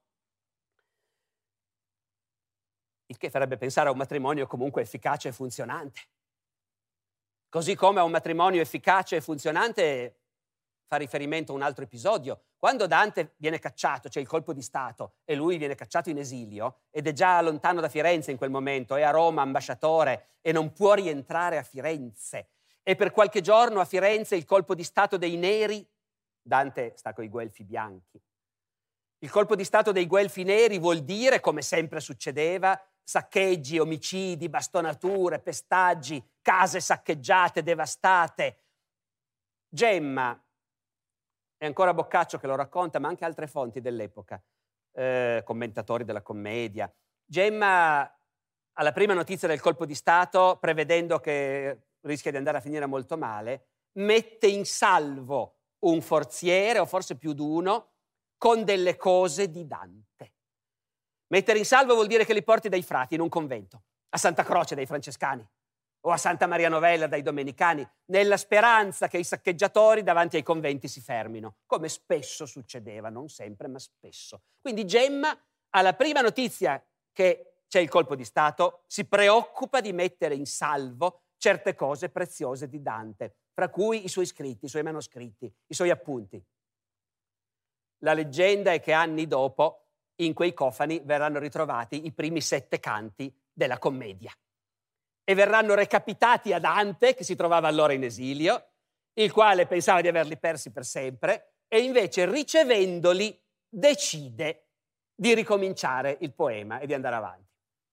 il che farebbe pensare a un matrimonio comunque efficace e funzionante. Così come a un matrimonio efficace e funzionante fa riferimento a un altro episodio. Quando Dante viene cacciato, c'è il colpo di Stato, e lui viene cacciato in esilio, ed è già lontano da Firenze in quel momento, è a Roma ambasciatore e non può rientrare a Firenze. e per qualche giorno a Firenze il colpo di stato dei neri, Dante sta coi guelfi bianchi. Il colpo di stato dei guelfi neri vuol dire, come sempre succedeva, saccheggi, omicidi, bastonature, pestaggi, case saccheggiate, devastate. Gemma, è ancora Boccaccio che lo racconta, ma anche altre fonti dell'epoca, commentatori della commedia. Gemma, alla prima notizia del colpo di stato, prevedendo che rischia di andare a finire molto male, mette in salvo un forziere, o forse più d'uno, con delle cose di Dante. Mettere in salvo vuol dire che li porti dai frati in un convento, a Santa Croce dai francescani o a Santa Maria Novella dai domenicani, nella speranza che i saccheggiatori davanti ai conventi si fermino, come spesso succedeva, non sempre, ma spesso. Quindi Gemma, alla prima notizia che c'è il colpo di stato, si preoccupa di mettere in salvo certe cose preziose di Dante, fra cui i suoi scritti, i suoi manoscritti, i suoi appunti. La leggenda è che anni dopo in quei cofani verranno ritrovati i primi 7 canti della commedia e verranno recapitati a Dante, che si trovava allora in esilio, il quale pensava di averli persi per sempre e invece ricevendoli decide di ricominciare il poema e di andare avanti.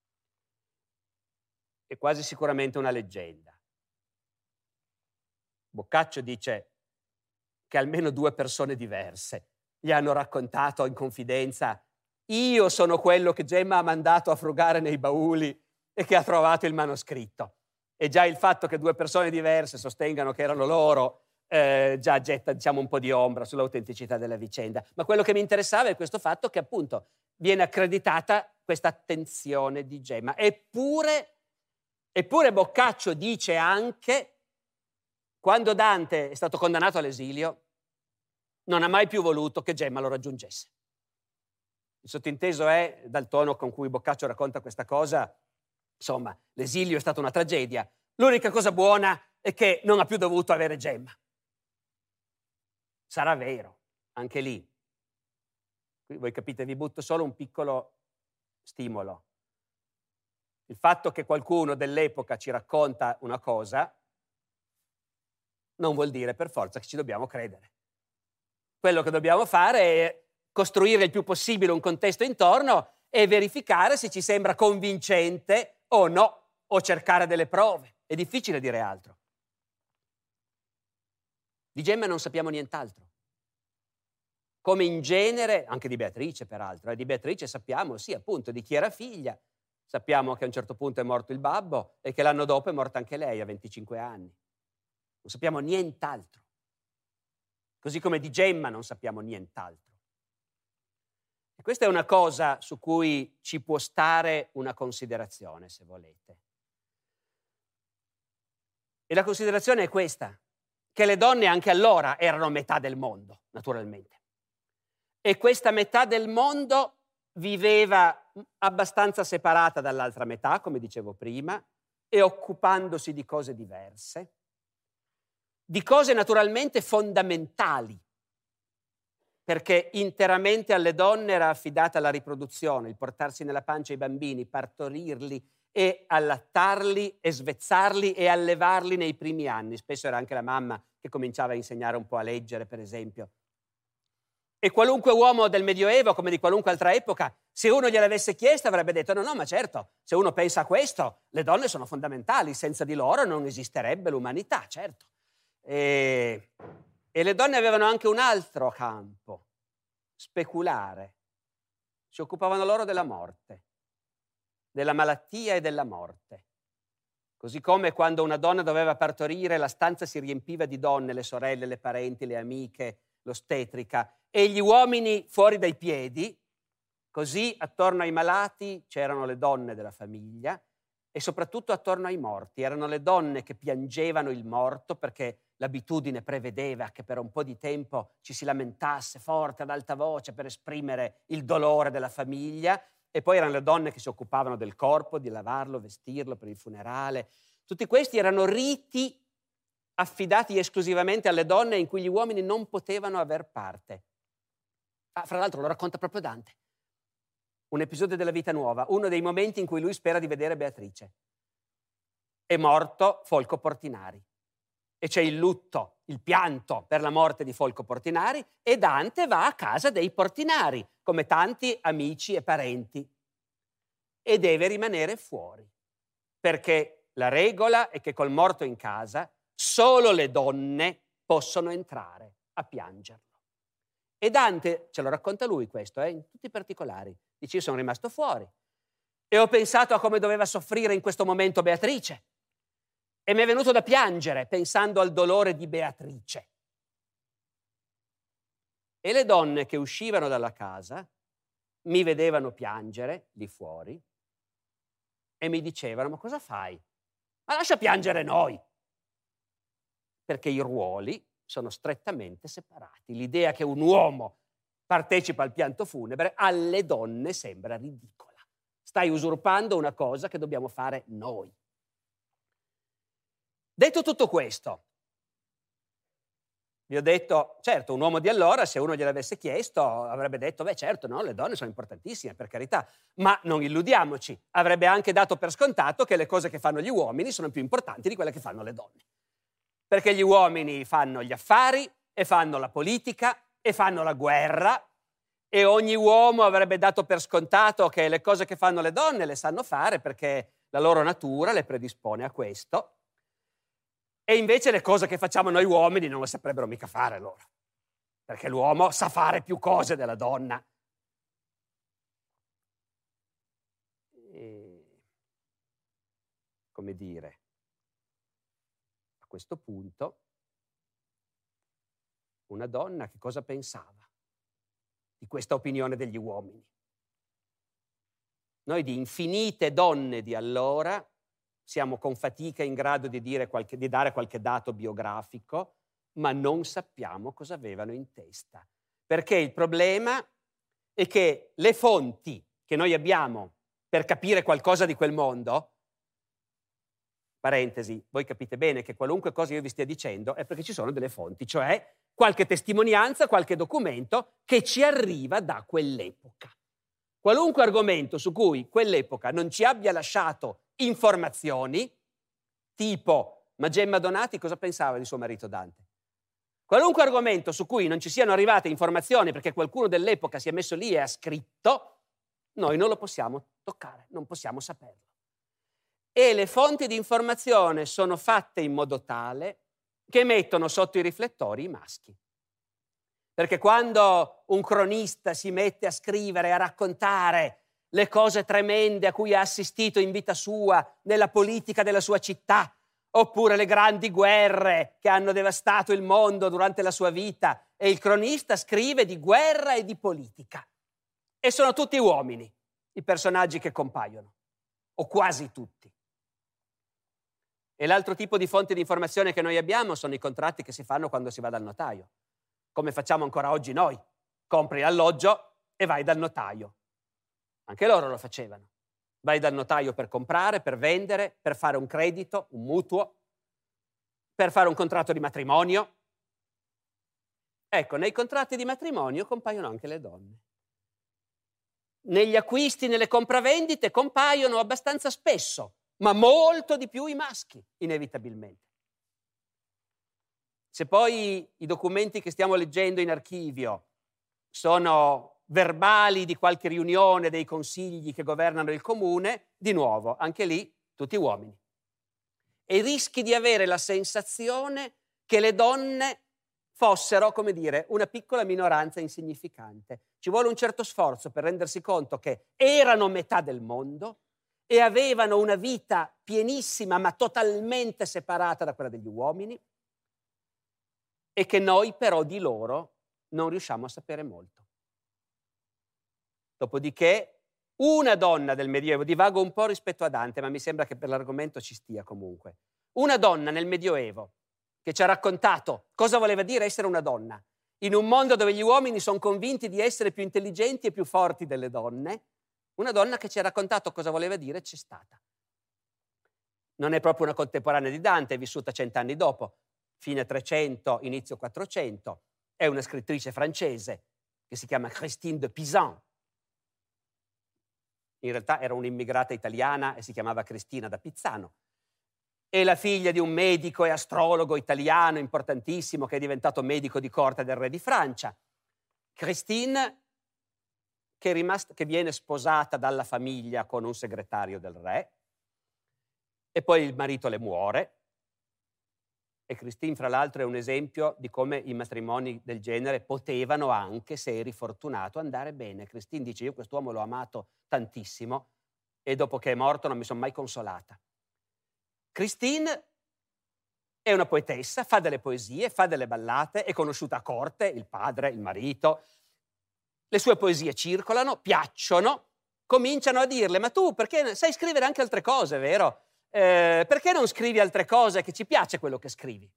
È quasi sicuramente una leggenda. Boccaccio dice che almeno 2 persone diverse gli hanno raccontato in confidenza: io sono quello che Gemma ha mandato a frugare nei bauli e che ha trovato il manoscritto. E già il fatto che 2 persone diverse sostengano che erano loro già getta, diciamo, un po' di ombra sull'autenticità della vicenda. Ma quello che mi interessava è questo fatto che appunto viene accreditata questa attenzione di Gemma. Eppure Boccaccio dice anche: quando Dante è stato condannato all'esilio, non ha mai più voluto che Gemma lo raggiungesse. Il sottinteso è, dal tono con cui Boccaccio racconta questa cosa, insomma, l'esilio è stata una tragedia. L'unica cosa buona è che non ha più dovuto avere Gemma. Sarà vero, anche lì. Qui voi capite, vi butto solo un piccolo stimolo. Il fatto che qualcuno dell'epoca ci racconta una cosa non vuol dire per forza che ci dobbiamo credere. Quello che dobbiamo fare è costruire il più possibile un contesto intorno e verificare se ci sembra convincente o no, o cercare delle prove. È difficile dire altro. Di Gemma non sappiamo nient'altro. Come in genere, anche di Beatrice peraltro, di Beatrice sappiamo, sì, appunto, di chi era figlia. Sappiamo che a un certo punto è morto il babbo e che l'anno dopo è morta anche lei a 25 anni. Non sappiamo nient'altro. Così come di Gemma non sappiamo nient'altro. E questa è una cosa su cui ci può stare una considerazione, se volete. E la considerazione è questa, che le donne anche allora erano metà del mondo, naturalmente. E questa metà del mondo viveva abbastanza separata dall'altra metà, come dicevo prima, e occupandosi di cose diverse, di cose naturalmente fondamentali, perché interamente alle donne era affidata la riproduzione, il portarsi nella pancia i bambini, partorirli e allattarli e svezzarli e allevarli nei primi anni. Spesso era anche la mamma che cominciava a insegnare un po' a leggere, per esempio. E qualunque uomo del Medioevo, come di qualunque altra epoca, se uno gliel'avesse chiesto avrebbe detto no, ma certo, se uno pensa a questo, le donne sono fondamentali, senza di loro non esisterebbe l'umanità, certo. E le donne avevano anche un altro campo, speculare. Si occupavano loro della morte, della malattia e della morte. Così come quando una donna doveva partorire, la stanza si riempiva di donne, le sorelle, le parenti, le amiche, l'ostetrica, e gli uomini fuori dai piedi, così attorno ai malati c'erano le donne della famiglia e soprattutto attorno ai morti. Erano le donne che piangevano il morto perché l'abitudine prevedeva che per un po' di tempo ci si lamentasse forte ad alta voce per esprimere il dolore della famiglia, e poi erano le donne che si occupavano del corpo, di lavarlo, vestirlo per il funerale. Tutti questi erano riti affidati esclusivamente alle donne in cui gli uomini non potevano aver parte. Fra l'altro lo racconta proprio Dante. Un episodio della Vita Nuova, uno dei momenti in cui lui spera di vedere Beatrice. È morto Folco Portinari. e c'è il lutto, il pianto per la morte di Folco Portinari, e Dante va a casa dei Portinari, come tanti amici e parenti, e deve rimanere fuori, perché la regola è che col morto in casa solo le donne possono entrare a piangerlo. E Dante ce lo racconta lui questo, in tutti i particolari. Dice: io sono rimasto fuori e ho pensato a come doveva soffrire in questo momento Beatrice, e mi è venuto da piangere pensando al dolore di Beatrice. E le donne che uscivano dalla casa mi vedevano piangere lì fuori e mi dicevano: ma cosa fai? Ma lascia piangere noi! Perché i ruoli sono strettamente separati. L'idea che un uomo partecipa al pianto funebre alle donne sembra ridicola. Stai usurpando una cosa che dobbiamo fare noi. Detto tutto questo, vi ho detto, certo, un uomo di allora, se uno gliel'avesse chiesto, avrebbe detto: beh, certo, no, le donne sono importantissime, per carità, ma non illudiamoci, avrebbe anche dato per scontato che le cose che fanno gli uomini sono più importanti di quelle che fanno le donne. Perché gli uomini fanno gli affari e fanno la politica e fanno la guerra, e ogni uomo avrebbe dato per scontato che le cose che fanno le donne le sanno fare perché la loro natura le predispone a questo, e invece le cose che facciamo noi uomini non le saprebbero mica fare loro, perché l'uomo sa fare più cose della donna. E, come dire, a questo punto una donna che cosa pensava di questa opinione degli uomini? Noi di infinite donne di allora siamo con fatica in grado di dare qualche dato biografico, ma non sappiamo cosa avevano in testa. Perché il problema è che le fonti che noi abbiamo per capire qualcosa di quel mondo, parentesi, voi capite bene che qualunque cosa io vi stia dicendo è perché ci sono delle fonti, cioè qualche testimonianza, qualche documento che ci arriva da quell'epoca. Qualunque argomento su cui quell'epoca non ci abbia lasciato informazioni, tipo: ma Gemma Donati cosa pensava di suo marito Dante? Qualunque argomento su cui non ci siano arrivate informazioni perché qualcuno dell'epoca si è messo lì e ha scritto, noi non lo possiamo toccare, non possiamo saperlo. E le fonti di informazione sono fatte in modo tale che mettono sotto i riflettori i maschi. Perché quando un cronista si mette a scrivere, a raccontare le cose tremende a cui ha assistito in vita sua, nella politica della sua città, oppure le grandi guerre che hanno devastato il mondo durante la sua vita, e il cronista scrive di guerra e di politica. E sono tutti uomini i personaggi che compaiono, o quasi tutti. E l'altro tipo di fonte di informazione che noi abbiamo sono i contratti che si fanno quando si va dal notaio, come facciamo ancora oggi noi. Compri l'alloggio e vai dal notaio. Anche loro lo facevano. Vai dal notaio per comprare, per vendere, per fare un credito, un mutuo, per fare un contratto di matrimonio. Ecco, nei contratti di matrimonio compaiono anche le donne. Negli acquisti, nelle compravendite compaiono abbastanza spesso, ma molto di più i maschi, inevitabilmente. Se poi i documenti che stiamo leggendo in archivio sono verbali di qualche riunione dei consigli che governano il comune, di nuovo, anche lì, tutti uomini. E rischi di avere la sensazione che le donne fossero, come dire, una piccola minoranza insignificante. Ci vuole un certo sforzo per rendersi conto che erano metà del mondo e avevano una vita pienissima ma totalmente separata da quella degli uomini, e che noi però di loro non riusciamo a sapere molto. Dopodiché, una donna del Medioevo, divago un po' rispetto a Dante, ma mi sembra che per l'argomento ci stia comunque, una donna nel Medioevo che ci ha raccontato cosa voleva dire essere una donna, in un mondo dove gli uomini sono convinti di essere più intelligenti e più forti delle donne, una donna che ci ha raccontato cosa voleva dire c'è stata. Non è proprio una contemporanea di Dante, è vissuta 100 anni dopo, fine 300, inizio 400, è una scrittrice francese che si chiama Christine de Pisan. In realtà era un'immigrata italiana e si chiamava Cristina da Pizzano. è la figlia di un medico e astrologo italiano importantissimo che è diventato medico di corte del re di Francia. Christine, che viene sposata dalla famiglia con un segretario del re, e poi il marito le muore. E Christine, fra l'altro, è un esempio di come i matrimoni del genere potevano anche, se eri fortunato, andare bene. Christine dice: io quest'uomo l'ho amato tantissimo e dopo che è morto non mi sono mai consolata. Christine è una poetessa, fa delle poesie, fa delle ballate, è conosciuta a corte, il padre, il marito. Le sue poesie circolano, piacciono, cominciano a dirle: ma tu perché sai scrivere anche altre cose, vero? Perché non scrivi altre cose, che ci piace quello che scrivi?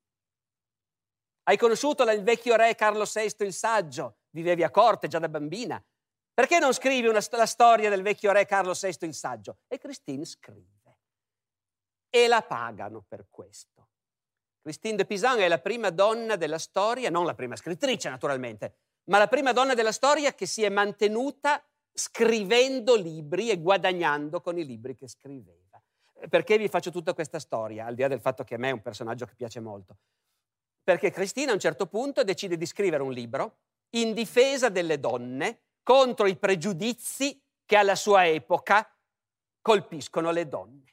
Hai conosciuto il vecchio re Carlo VI il Saggio, vivevi a corte già da bambina. Perché non scrivi la storia del vecchio re Carlo VI il Saggio? E Christine scrive. E la pagano per questo. Christine de Pisan è la prima donna della storia, non la prima scrittrice naturalmente, ma la prima donna della storia che si è mantenuta scrivendo libri e guadagnando con i libri che scriveva. Perché vi faccio tutta questa storia, al di là del fatto che a me è un personaggio che piace molto? Perché Christine a un certo punto decide di scrivere un libro in difesa delle donne contro i pregiudizi che alla sua epoca colpiscono le donne.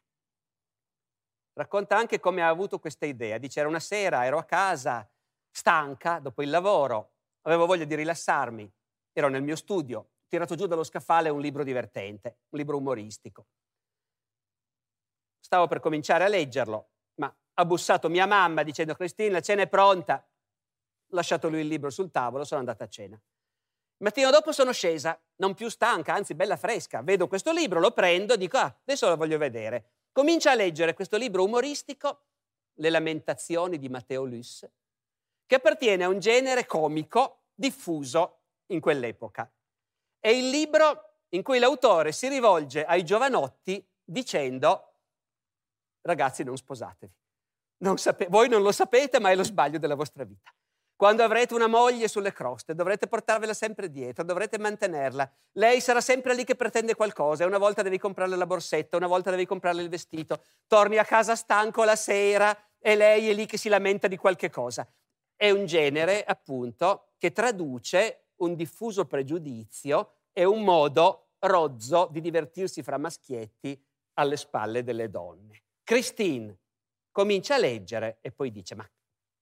Racconta anche come ha avuto questa idea. Dice: era una sera, ero a casa, stanca, dopo il lavoro, avevo voglia di rilassarmi, ero nel mio studio, ho tirato giù dallo scaffale un libro divertente, un libro umoristico. Stavo per cominciare a leggerlo, ma ha bussato mia mamma dicendo: Christine, la cena è pronta. Ho lasciato lui il libro sul tavolo, sono andata a cena. Il mattino dopo sono scesa, non più stanca, anzi bella fresca. Vedo questo libro, lo prendo, dico: adesso lo voglio vedere. Comincia a leggere questo libro umoristico, Le Lamentazioni di Matteo Lusse, che appartiene a un genere comico diffuso in quell'epoca. È il libro in cui l'autore si rivolge ai giovanotti dicendo: ragazzi, non sposatevi. Voi non lo sapete, ma è lo sbaglio della vostra vita. Quando avrete una moglie sulle croste, dovrete portarvela sempre dietro, dovrete mantenerla. Lei sarà sempre lì che pretende qualcosa, e una volta devi comprarle la borsetta, una volta devi comprarle il vestito. Torni a casa stanco la sera e lei è lì che si lamenta di qualche cosa. È un genere, appunto, che traduce un diffuso pregiudizio e un modo rozzo di divertirsi fra maschietti alle spalle delle donne. Christine comincia a leggere e poi dice: ma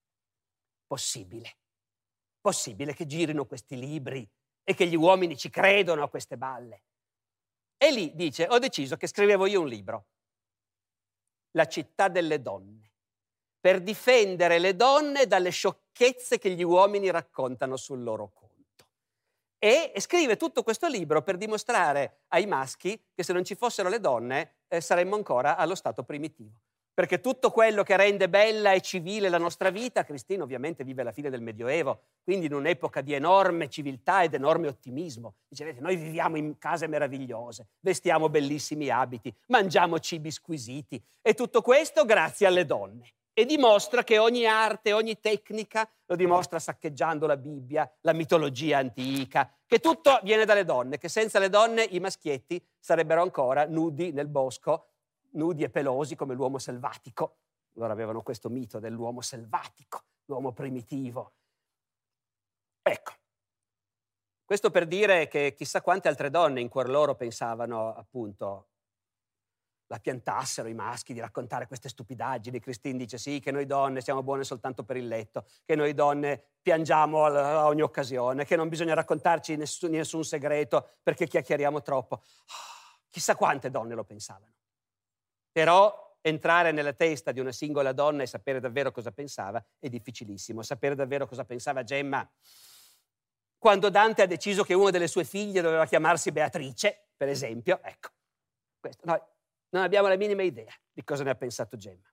possibile che girino questi libri e che gli uomini ci credono a queste balle? E lì dice: ho deciso che scrivevo io un libro, La città delle donne, per difendere le donne dalle sciocchezze che gli uomini raccontano sul loro conto. E scrive tutto questo libro per dimostrare ai maschi che se non ci fossero le donne saremmo ancora allo stato primitivo. Perché tutto quello che rende bella e civile la nostra vita, Christine ovviamente vive alla fine del Medioevo, quindi in un'epoca di enorme civiltà ed enorme ottimismo. Dice: vedete, noi viviamo in case meravigliose, vestiamo bellissimi abiti, mangiamo cibi squisiti, e tutto questo grazie alle donne. E dimostra che ogni arte, ogni tecnica, lo dimostra saccheggiando la Bibbia, la mitologia antica, che tutto viene dalle donne, che senza le donne i maschietti sarebbero ancora nudi nel bosco, nudi e pelosi come l'uomo selvatico. Loro avevano questo mito dell'uomo selvatico, l'uomo primitivo. Ecco, questo per dire che chissà quante altre donne in cuor loro pensavano, appunto, la piantassero i maschi di raccontare queste stupidaggini. Christine dice: sì, che noi donne siamo buone soltanto per il letto, che noi donne piangiamo a ogni occasione, che non bisogna raccontarci nessun segreto perché chiacchieriamo troppo. Chissà quante donne lo pensavano. Però entrare nella testa di una singola donna e sapere davvero cosa pensava è difficilissimo. Sapere davvero cosa pensava Gemma quando Dante ha deciso che una delle sue figlie doveva chiamarsi Beatrice, per esempio, ecco, questo noi non abbiamo la minima idea di cosa ne ha pensato Gemma.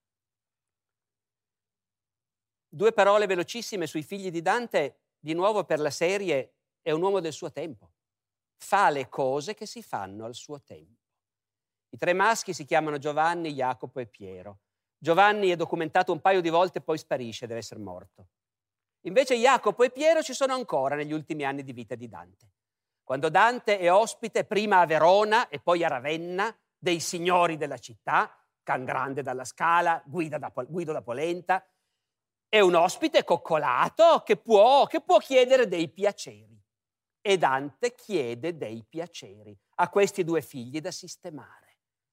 2 parole velocissime sui figli di Dante, di nuovo per la serie: è un uomo del suo tempo. Fa le cose che si fanno al suo tempo. I 3 maschi si chiamano Giovanni, Jacopo e Piero. Giovanni è documentato un paio di volte e poi sparisce, deve essere morto. Invece Jacopo e Piero ci sono ancora negli ultimi anni di vita di Dante. Quando Dante è ospite prima a Verona e poi a Ravenna dei signori della città, can grande dalla Scala, Guido da Polenta, è un ospite coccolato che può chiedere dei piaceri. E Dante chiede dei piaceri a questi due figli da sistemare.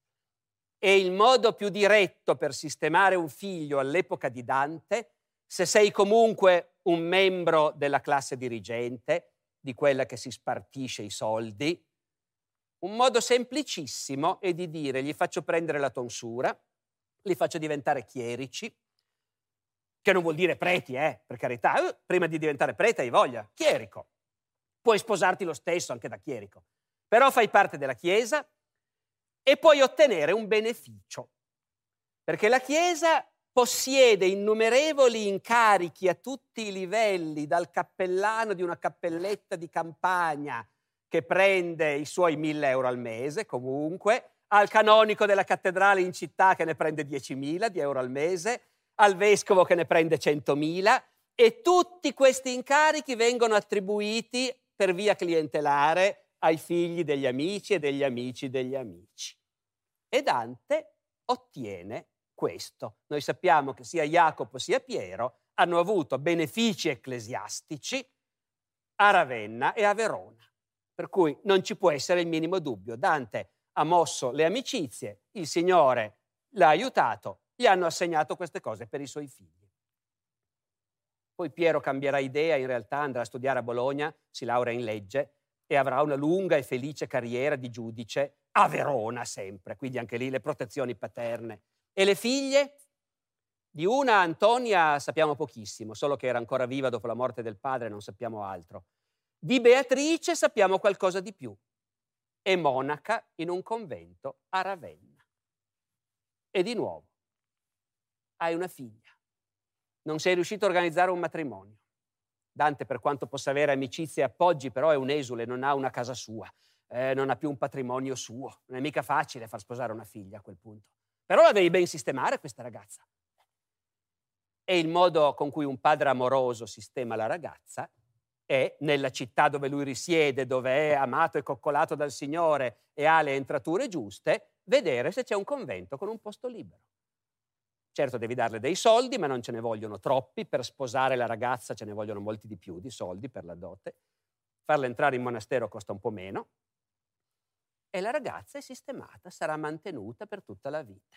E il modo più diretto per sistemare un figlio all'epoca di Dante, se sei comunque un membro della classe dirigente, di quella che si spartisce i soldi, un modo semplicissimo è di dire: gli faccio prendere la tonsura, li faccio diventare chierici, che non vuol dire preti, per carità, prima di diventare prete hai voglia, chierico. Puoi sposarti lo stesso anche da chierico, però fai parte della Chiesa e puoi ottenere un beneficio, perché la Chiesa possiede innumerevoli incarichi a tutti i livelli, dal cappellano di una cappelletta di campagna che prende i suoi 1.000 euro al mese comunque, al canonico della cattedrale in città che ne prende 10.000 di euro al mese, al vescovo che ne prende 100.000, e tutti questi incarichi vengono attribuiti per via clientelare ai figli degli amici e degli amici degli amici. E Dante ottiene questo. Noi sappiamo che sia Jacopo sia Piero hanno avuto benefici ecclesiastici a Ravenna e a Verona, per cui non ci può essere il minimo dubbio. Dante ha mosso le amicizie, il Signore l'ha aiutato, gli hanno assegnato queste cose per i suoi figli. Poi Piero cambierà idea, in realtà andrà a studiare a Bologna, si laurea in legge e avrà una lunga e felice carriera di giudice a Verona sempre, quindi anche lì le protezioni paterne. E le figlie? Di una, Antonia, sappiamo pochissimo, solo che era ancora viva dopo la morte del padre, non sappiamo altro. Di Beatrice sappiamo qualcosa di più. È monaca in un convento a Ravenna. E di nuovo, hai una figlia. Non sei riuscito a organizzare un matrimonio. Dante, per quanto possa avere amicizie e appoggi, però è un esule, non ha una casa sua, non ha più un patrimonio suo. Non è mica facile far sposare una figlia a quel punto. Però la devi ben sistemare questa ragazza. E il modo con cui un padre amoroso sistema la ragazza è, nella città dove lui risiede, dove è amato e coccolato dal Signore e ha le entrature giuste, vedere se c'è un convento con un posto libero. Certo, devi darle dei soldi, ma non ce ne vogliono troppi. Per sposare la ragazza ce ne vogliono molti di più di soldi per la dote. Farla entrare in monastero costa un po' meno. E la ragazza è sistemata, sarà mantenuta per tutta la vita.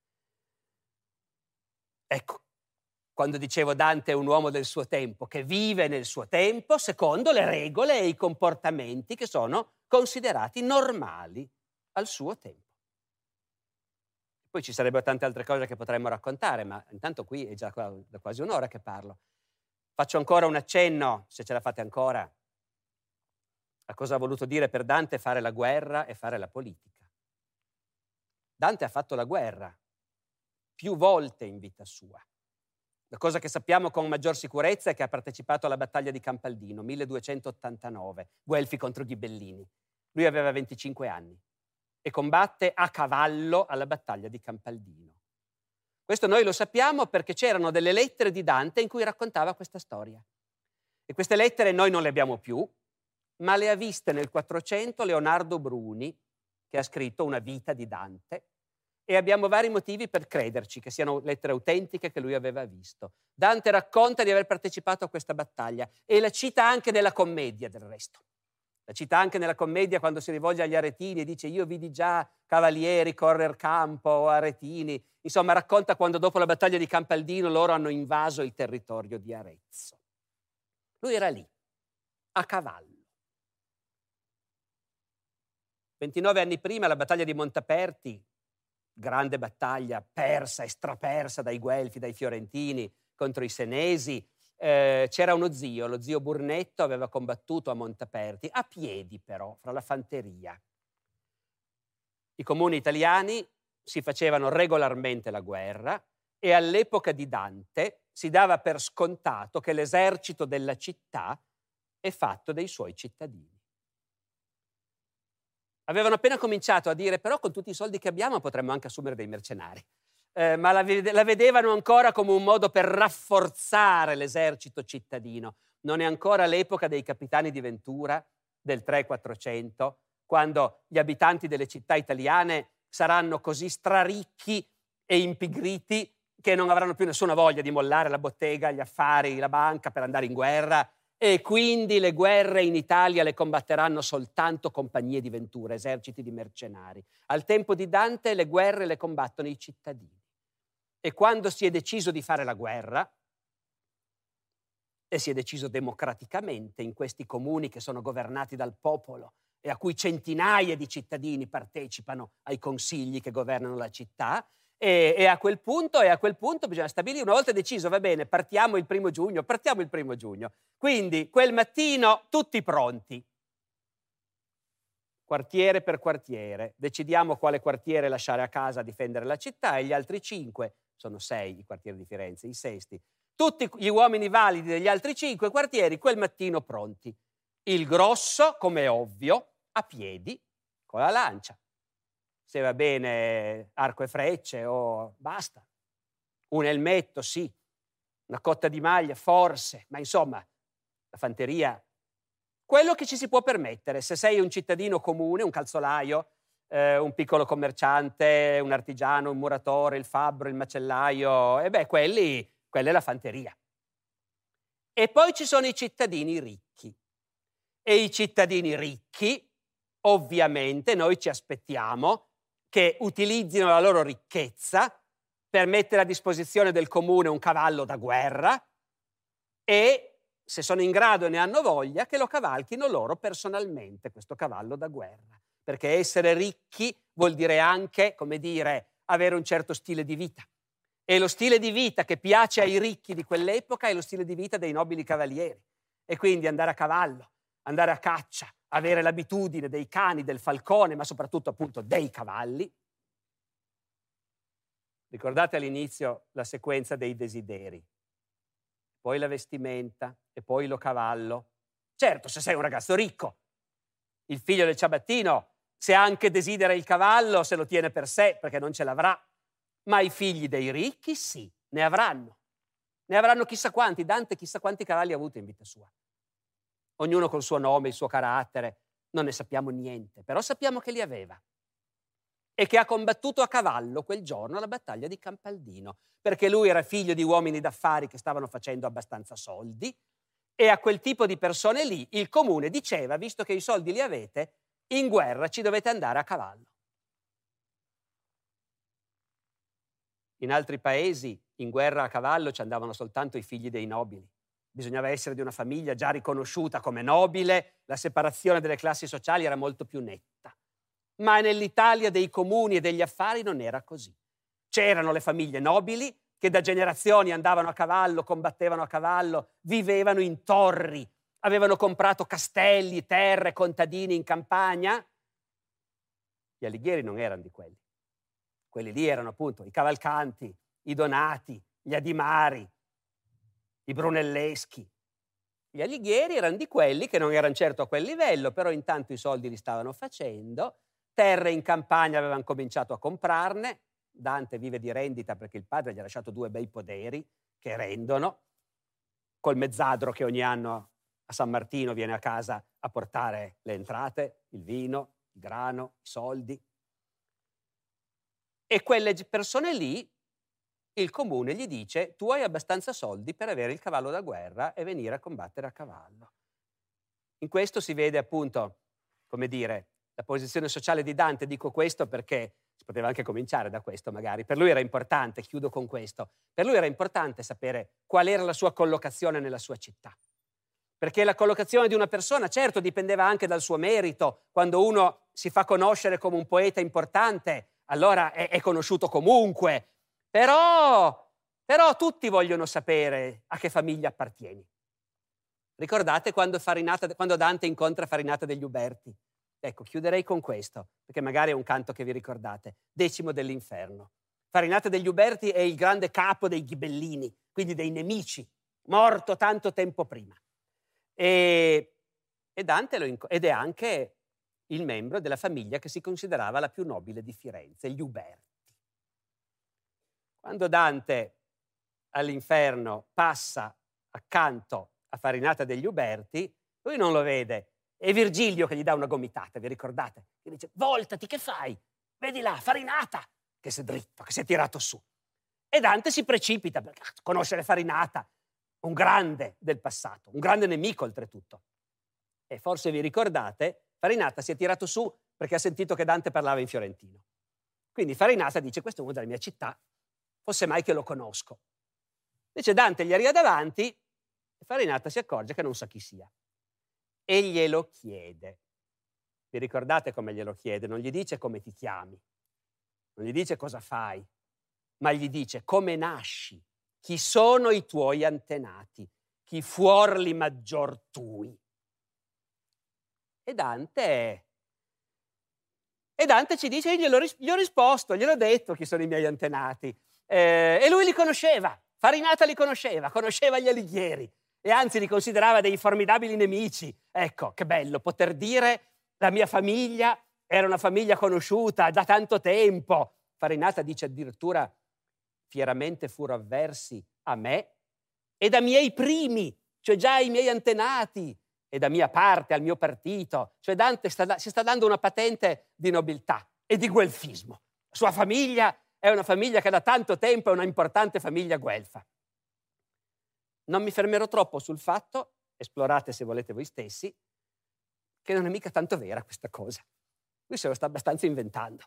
Ecco, quando dicevo Dante è un uomo del suo tempo, che vive nel suo tempo secondo le regole e i comportamenti che sono considerati normali al suo tempo. Poi ci sarebbero tante altre cose che potremmo raccontare, ma intanto qui è già da quasi un'ora che parlo. Faccio ancora un accenno, se ce la fate ancora, a cosa ha voluto dire per Dante fare la guerra e fare la politica. Dante ha fatto la guerra più volte in vita sua. La cosa che sappiamo con maggior sicurezza è che ha partecipato alla battaglia di Campaldino, 1289, Guelfi contro Ghibellini. Lui aveva 25 anni. E combatte a cavallo alla battaglia di Campaldino. Questo noi lo sappiamo perché c'erano delle lettere di Dante in cui raccontava questa storia. E queste lettere noi non le abbiamo più, ma le ha viste nel 400 Leonardo Bruni, che ha scritto una vita di Dante, e abbiamo vari motivi per crederci che siano lettere autentiche che lui aveva visto. Dante racconta di aver partecipato a questa battaglia e la cita anche nella commedia, del resto. La cita anche nella commedia quando si rivolge agli aretini e dice: io vidi già cavalieri correr campo, aretini. Insomma, racconta quando dopo la battaglia di Campaldino loro hanno invaso il territorio di Arezzo. Lui era lì, a cavallo. 29 anni prima, la battaglia di Montaperti, grande battaglia persa e strapersa dai Guelfi, dai Fiorentini contro i Senesi. C'era uno zio, lo zio Burnetto, aveva combattuto a Montaperti, a piedi però, fra la fanteria. I comuni italiani si facevano regolarmente la guerra e all'epoca di Dante si dava per scontato che l'esercito della città è fatto dei suoi cittadini. Avevano appena cominciato a dire: però con tutti i soldi che abbiamo potremmo anche assumere dei mercenari. Ma la vedevano ancora come un modo per rafforzare l'esercito cittadino. Non è ancora l'epoca dei capitani di Ventura del 300-400, quando gli abitanti delle città italiane saranno così straricchi e impigriti che non avranno più nessuna voglia di mollare la bottega, gli affari, la banca per andare in guerra, e quindi le guerre in Italia le combatteranno soltanto compagnie di ventura, eserciti di mercenari. Al tempo di Dante le guerre le combattono i cittadini. E quando si è deciso di fare la guerra, e si è deciso democraticamente in questi comuni che sono governati dal popolo e a cui centinaia di cittadini partecipano ai consigli che governano la città, e a quel punto bisogna stabilire, una volta deciso, va bene, partiamo il 1° giugno. Quindi quel mattino tutti pronti, quartiere per quartiere, decidiamo quale quartiere lasciare a casa a difendere la città, e gli altri 5, sono 6 i quartieri di Firenze, i sesti, tutti gli uomini validi degli altri 5 quartieri quel mattino pronti. Il grosso, come è ovvio, a piedi, con la lancia. Se va bene arco e frecce o basta. Un elmetto, sì. Una cotta di maglia, forse. Ma insomma, la fanteria, quello che ci si può permettere. Se sei un cittadino comune, un calzolaio, un piccolo commerciante, un artigiano, un muratore, il fabbro, il macellaio, quella è la fanteria. E poi ci sono i cittadini ricchi. E i cittadini ricchi, ovviamente, noi ci aspettiamo che utilizzino la loro ricchezza per mettere a disposizione del comune un cavallo da guerra e, se sono in grado e ne hanno voglia, che lo cavalchino loro personalmente, questo cavallo da guerra. Perché essere ricchi vuol dire anche, come dire, avere un certo stile di vita. E lo stile di vita che piace ai ricchi di quell'epoca è lo stile di vita dei nobili cavalieri. E quindi andare a cavallo, andare a caccia, avere l'abitudine dei cani, del falcone, ma soprattutto appunto dei cavalli. Ricordate all'inizio la sequenza dei desideri, poi la vestimenta e poi lo cavallo. Certo, se sei un ragazzo ricco, il figlio del ciabattino, se anche desidera il cavallo, se lo tiene per sé perché non ce l'avrà. Ma i figli dei ricchi sì, ne avranno. Ne avranno chissà quanti. Dante chissà quanti cavalli ha avuto in vita sua. Ognuno col suo nome, il suo carattere. Non ne sappiamo niente, però sappiamo che li aveva. E che ha combattuto a cavallo quel giorno alla battaglia di Campaldino, perché lui era figlio di uomini d'affari che stavano facendo abbastanza soldi, e a quel tipo di persone lì il comune diceva, visto che i soldi li avete, in guerra ci dovete andare a cavallo. In altri paesi in guerra a cavallo ci andavano soltanto i figli dei nobili. Bisognava essere di una famiglia già riconosciuta come nobile, la separazione delle classi sociali era molto più netta. Ma nell'Italia dei comuni e degli affari non era così. C'erano le famiglie nobili che da generazioni andavano a cavallo, combattevano a cavallo, vivevano in torri, avevano comprato castelli, terre, contadini in campagna. Gli Alighieri non erano di quelli. Quelli lì erano appunto i Cavalcanti, i Donati, gli Adimari, i Brunelleschi. Gli Alighieri erano di quelli che non erano certo a quel livello, però intanto i soldi li stavano facendo, terre in campagna avevano cominciato a comprarne. Dante vive di rendita perché il padre gli ha lasciato 2 bei poderi che rendono, col mezzadro che ogni anno a San Martino viene a casa a portare le entrate, il vino, il grano, i soldi. E quelle persone lì, il comune gli dice: tu hai abbastanza soldi per avere il cavallo da guerra e venire a combattere a cavallo. In questo si vede appunto, come dire, la posizione sociale di Dante. Dico questo perché si poteva anche cominciare da questo magari. Per lui era importante, chiudo con questo, per lui era importante sapere qual era la sua collocazione nella sua città. Perché la collocazione di una persona, certo, dipendeva anche dal suo merito. Quando uno si fa conoscere come un poeta importante, allora è conosciuto comunque. Però tutti vogliono sapere a che famiglia appartieni. Ricordate quando Dante incontra Farinata degli Uberti? Ecco, chiuderei con questo, perché magari è un canto che vi ricordate. Decimo dell'Inferno. Farinata degli Uberti è il grande capo dei ghibellini, quindi dei nemici, morto tanto tempo prima. E Dante ed è anche il membro della famiglia che si considerava la più nobile di Firenze, gli Uberti. Quando Dante all'Inferno passa accanto a Farinata degli Uberti, lui non lo vede. È Virgilio che gli dà una gomitata, vi ricordate? Gli dice: voltati, che fai? Vedi là, Farinata! che si è dritto, che si è tirato su. E Dante si precipita perché conoscere Farinata, un grande del passato, un grande nemico oltretutto. E forse vi ricordate, Farinata si è tirato su perché ha sentito che Dante parlava in fiorentino. Quindi Farinata dice: questo è uno della mia città, fosse mai che lo conosco. Invece Dante gli arriva davanti e Farinata si accorge che non sa chi sia. E glielo chiede. Vi ricordate come glielo chiede? Non gli dice come ti chiami, non gli dice cosa fai, ma gli dice come nasci, chi sono i tuoi antenati, chi fuorli maggior tui. E Dante ci dice: io gli ho risposto, gliel'ho detto chi sono i miei antenati. E lui li conosceva, Farinata li conosceva gli Alighieri e anzi li considerava dei formidabili nemici. Ecco, che bello poter dire: la mia famiglia era una famiglia conosciuta da tanto tempo. Farinata dice addirittura: fieramente furono avversi a me e da miei primi, cioè già ai miei antenati, e da mia parte, al mio partito. Cioè Dante si sta dando una patente di nobiltà e di guelfismo. La sua famiglia è una famiglia che da tanto tempo è una importante famiglia guelfa. Non mi fermerò troppo sul fatto, esplorate se volete voi stessi, che non è mica tanto vera questa cosa. Lui se lo sta abbastanza inventando.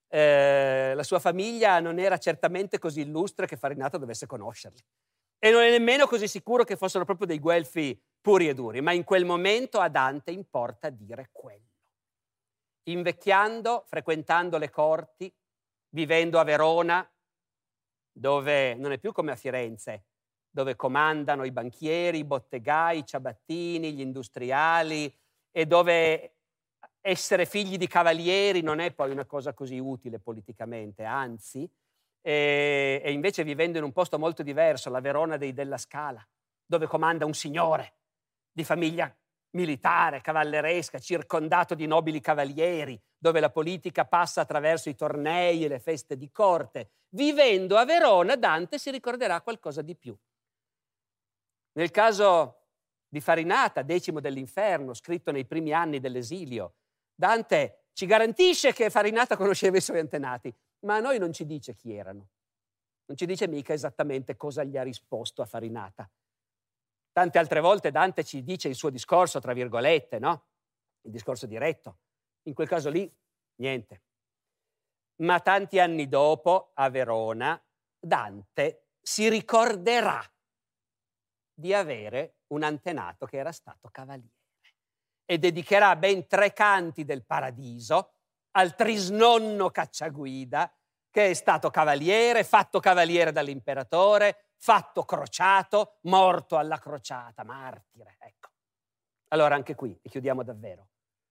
La sua famiglia non era certamente così illustre che Farinata dovesse conoscerli. E non è nemmeno così sicuro che fossero proprio dei guelfi puri e duri, ma in quel momento a Dante importa dire quello. Invecchiando, frequentando le corti, vivendo a Verona, dove non è più come a Firenze, dove comandano i banchieri, i bottegai, i ciabattini, gli industriali, e dove essere figli di cavalieri non è poi una cosa così utile politicamente, anzi, e invece vivendo in un posto molto diverso, la Verona dei Della Scala, dove comanda un signore di famiglia militare, cavalleresca, circondato di nobili cavalieri, dove la politica passa attraverso i tornei e le feste di corte. Vivendo a Verona, Dante si ricorderà qualcosa di più. Nel caso di Farinata, Decimo dell'Inferno, scritto nei primi anni dell'esilio, Dante ci garantisce che Farinata conosceva i suoi antenati, ma a noi non ci dice chi erano. Non ci dice mica esattamente cosa gli ha risposto a Farinata. Tante altre volte Dante ci dice il suo discorso, tra virgolette, no? Il discorso diretto. In quel caso lì, niente. Ma tanti anni dopo, a Verona, Dante si ricorderà di avere un antenato che era stato cavaliere e dedicherà ben 3 canti del Paradiso al trisnonno Cacciaguida, che è stato cavaliere, fatto cavaliere dall'imperatore, fatto crociato, morto alla crociata, martire, ecco. Allora anche qui, e chiudiamo davvero,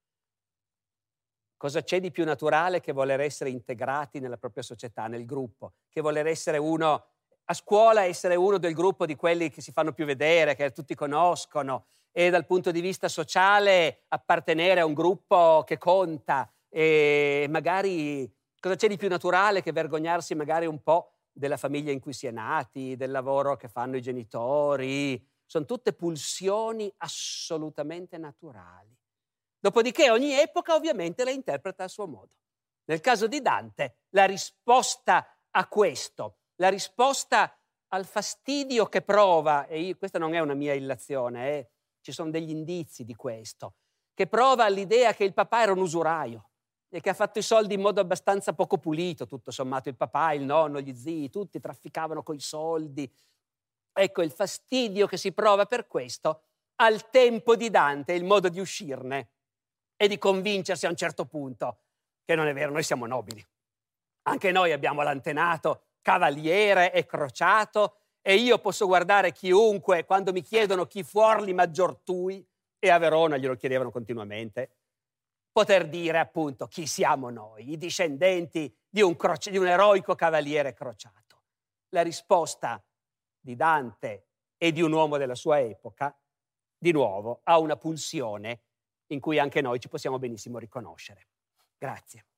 cosa c'è di più naturale che voler essere integrati nella propria società, nel gruppo, che voler essere uno, a scuola essere uno del gruppo di quelli che si fanno più vedere, che tutti conoscono, e dal punto di vista sociale appartenere a un gruppo che conta, e magari cosa c'è di più naturale che vergognarsi magari un po' della famiglia in cui si è nati, del lavoro che fanno i genitori. Sono tutte pulsioni assolutamente naturali. Dopodiché ogni epoca ovviamente la interpreta a suo modo. Nel caso di Dante, la risposta a questo, la risposta al fastidio che prova, e questa non è una mia illazione, ci sono degli indizi di questo, che prova all'idea che il papà era un usuraio e che ha fatto i soldi in modo abbastanza poco pulito, tutto sommato. Il papà, il nonno, gli zii, tutti trafficavano coi soldi. Ecco, il fastidio che si prova per questo, al tempo di Dante, il modo di uscirne e di convincersi a un certo punto che non è vero, noi siamo nobili. Anche noi abbiamo l'antenato cavaliere e crociato, e io posso guardare chiunque quando mi chiedono chi fuorli maggior tui, e a Verona glielo chiedevano continuamente, poter dire appunto chi siamo noi, i discendenti di un eroico cavaliere crociato. La risposta di Dante e di un uomo della sua epoca, di nuovo, ha una pulsione in cui anche noi ci possiamo benissimo riconoscere. Grazie.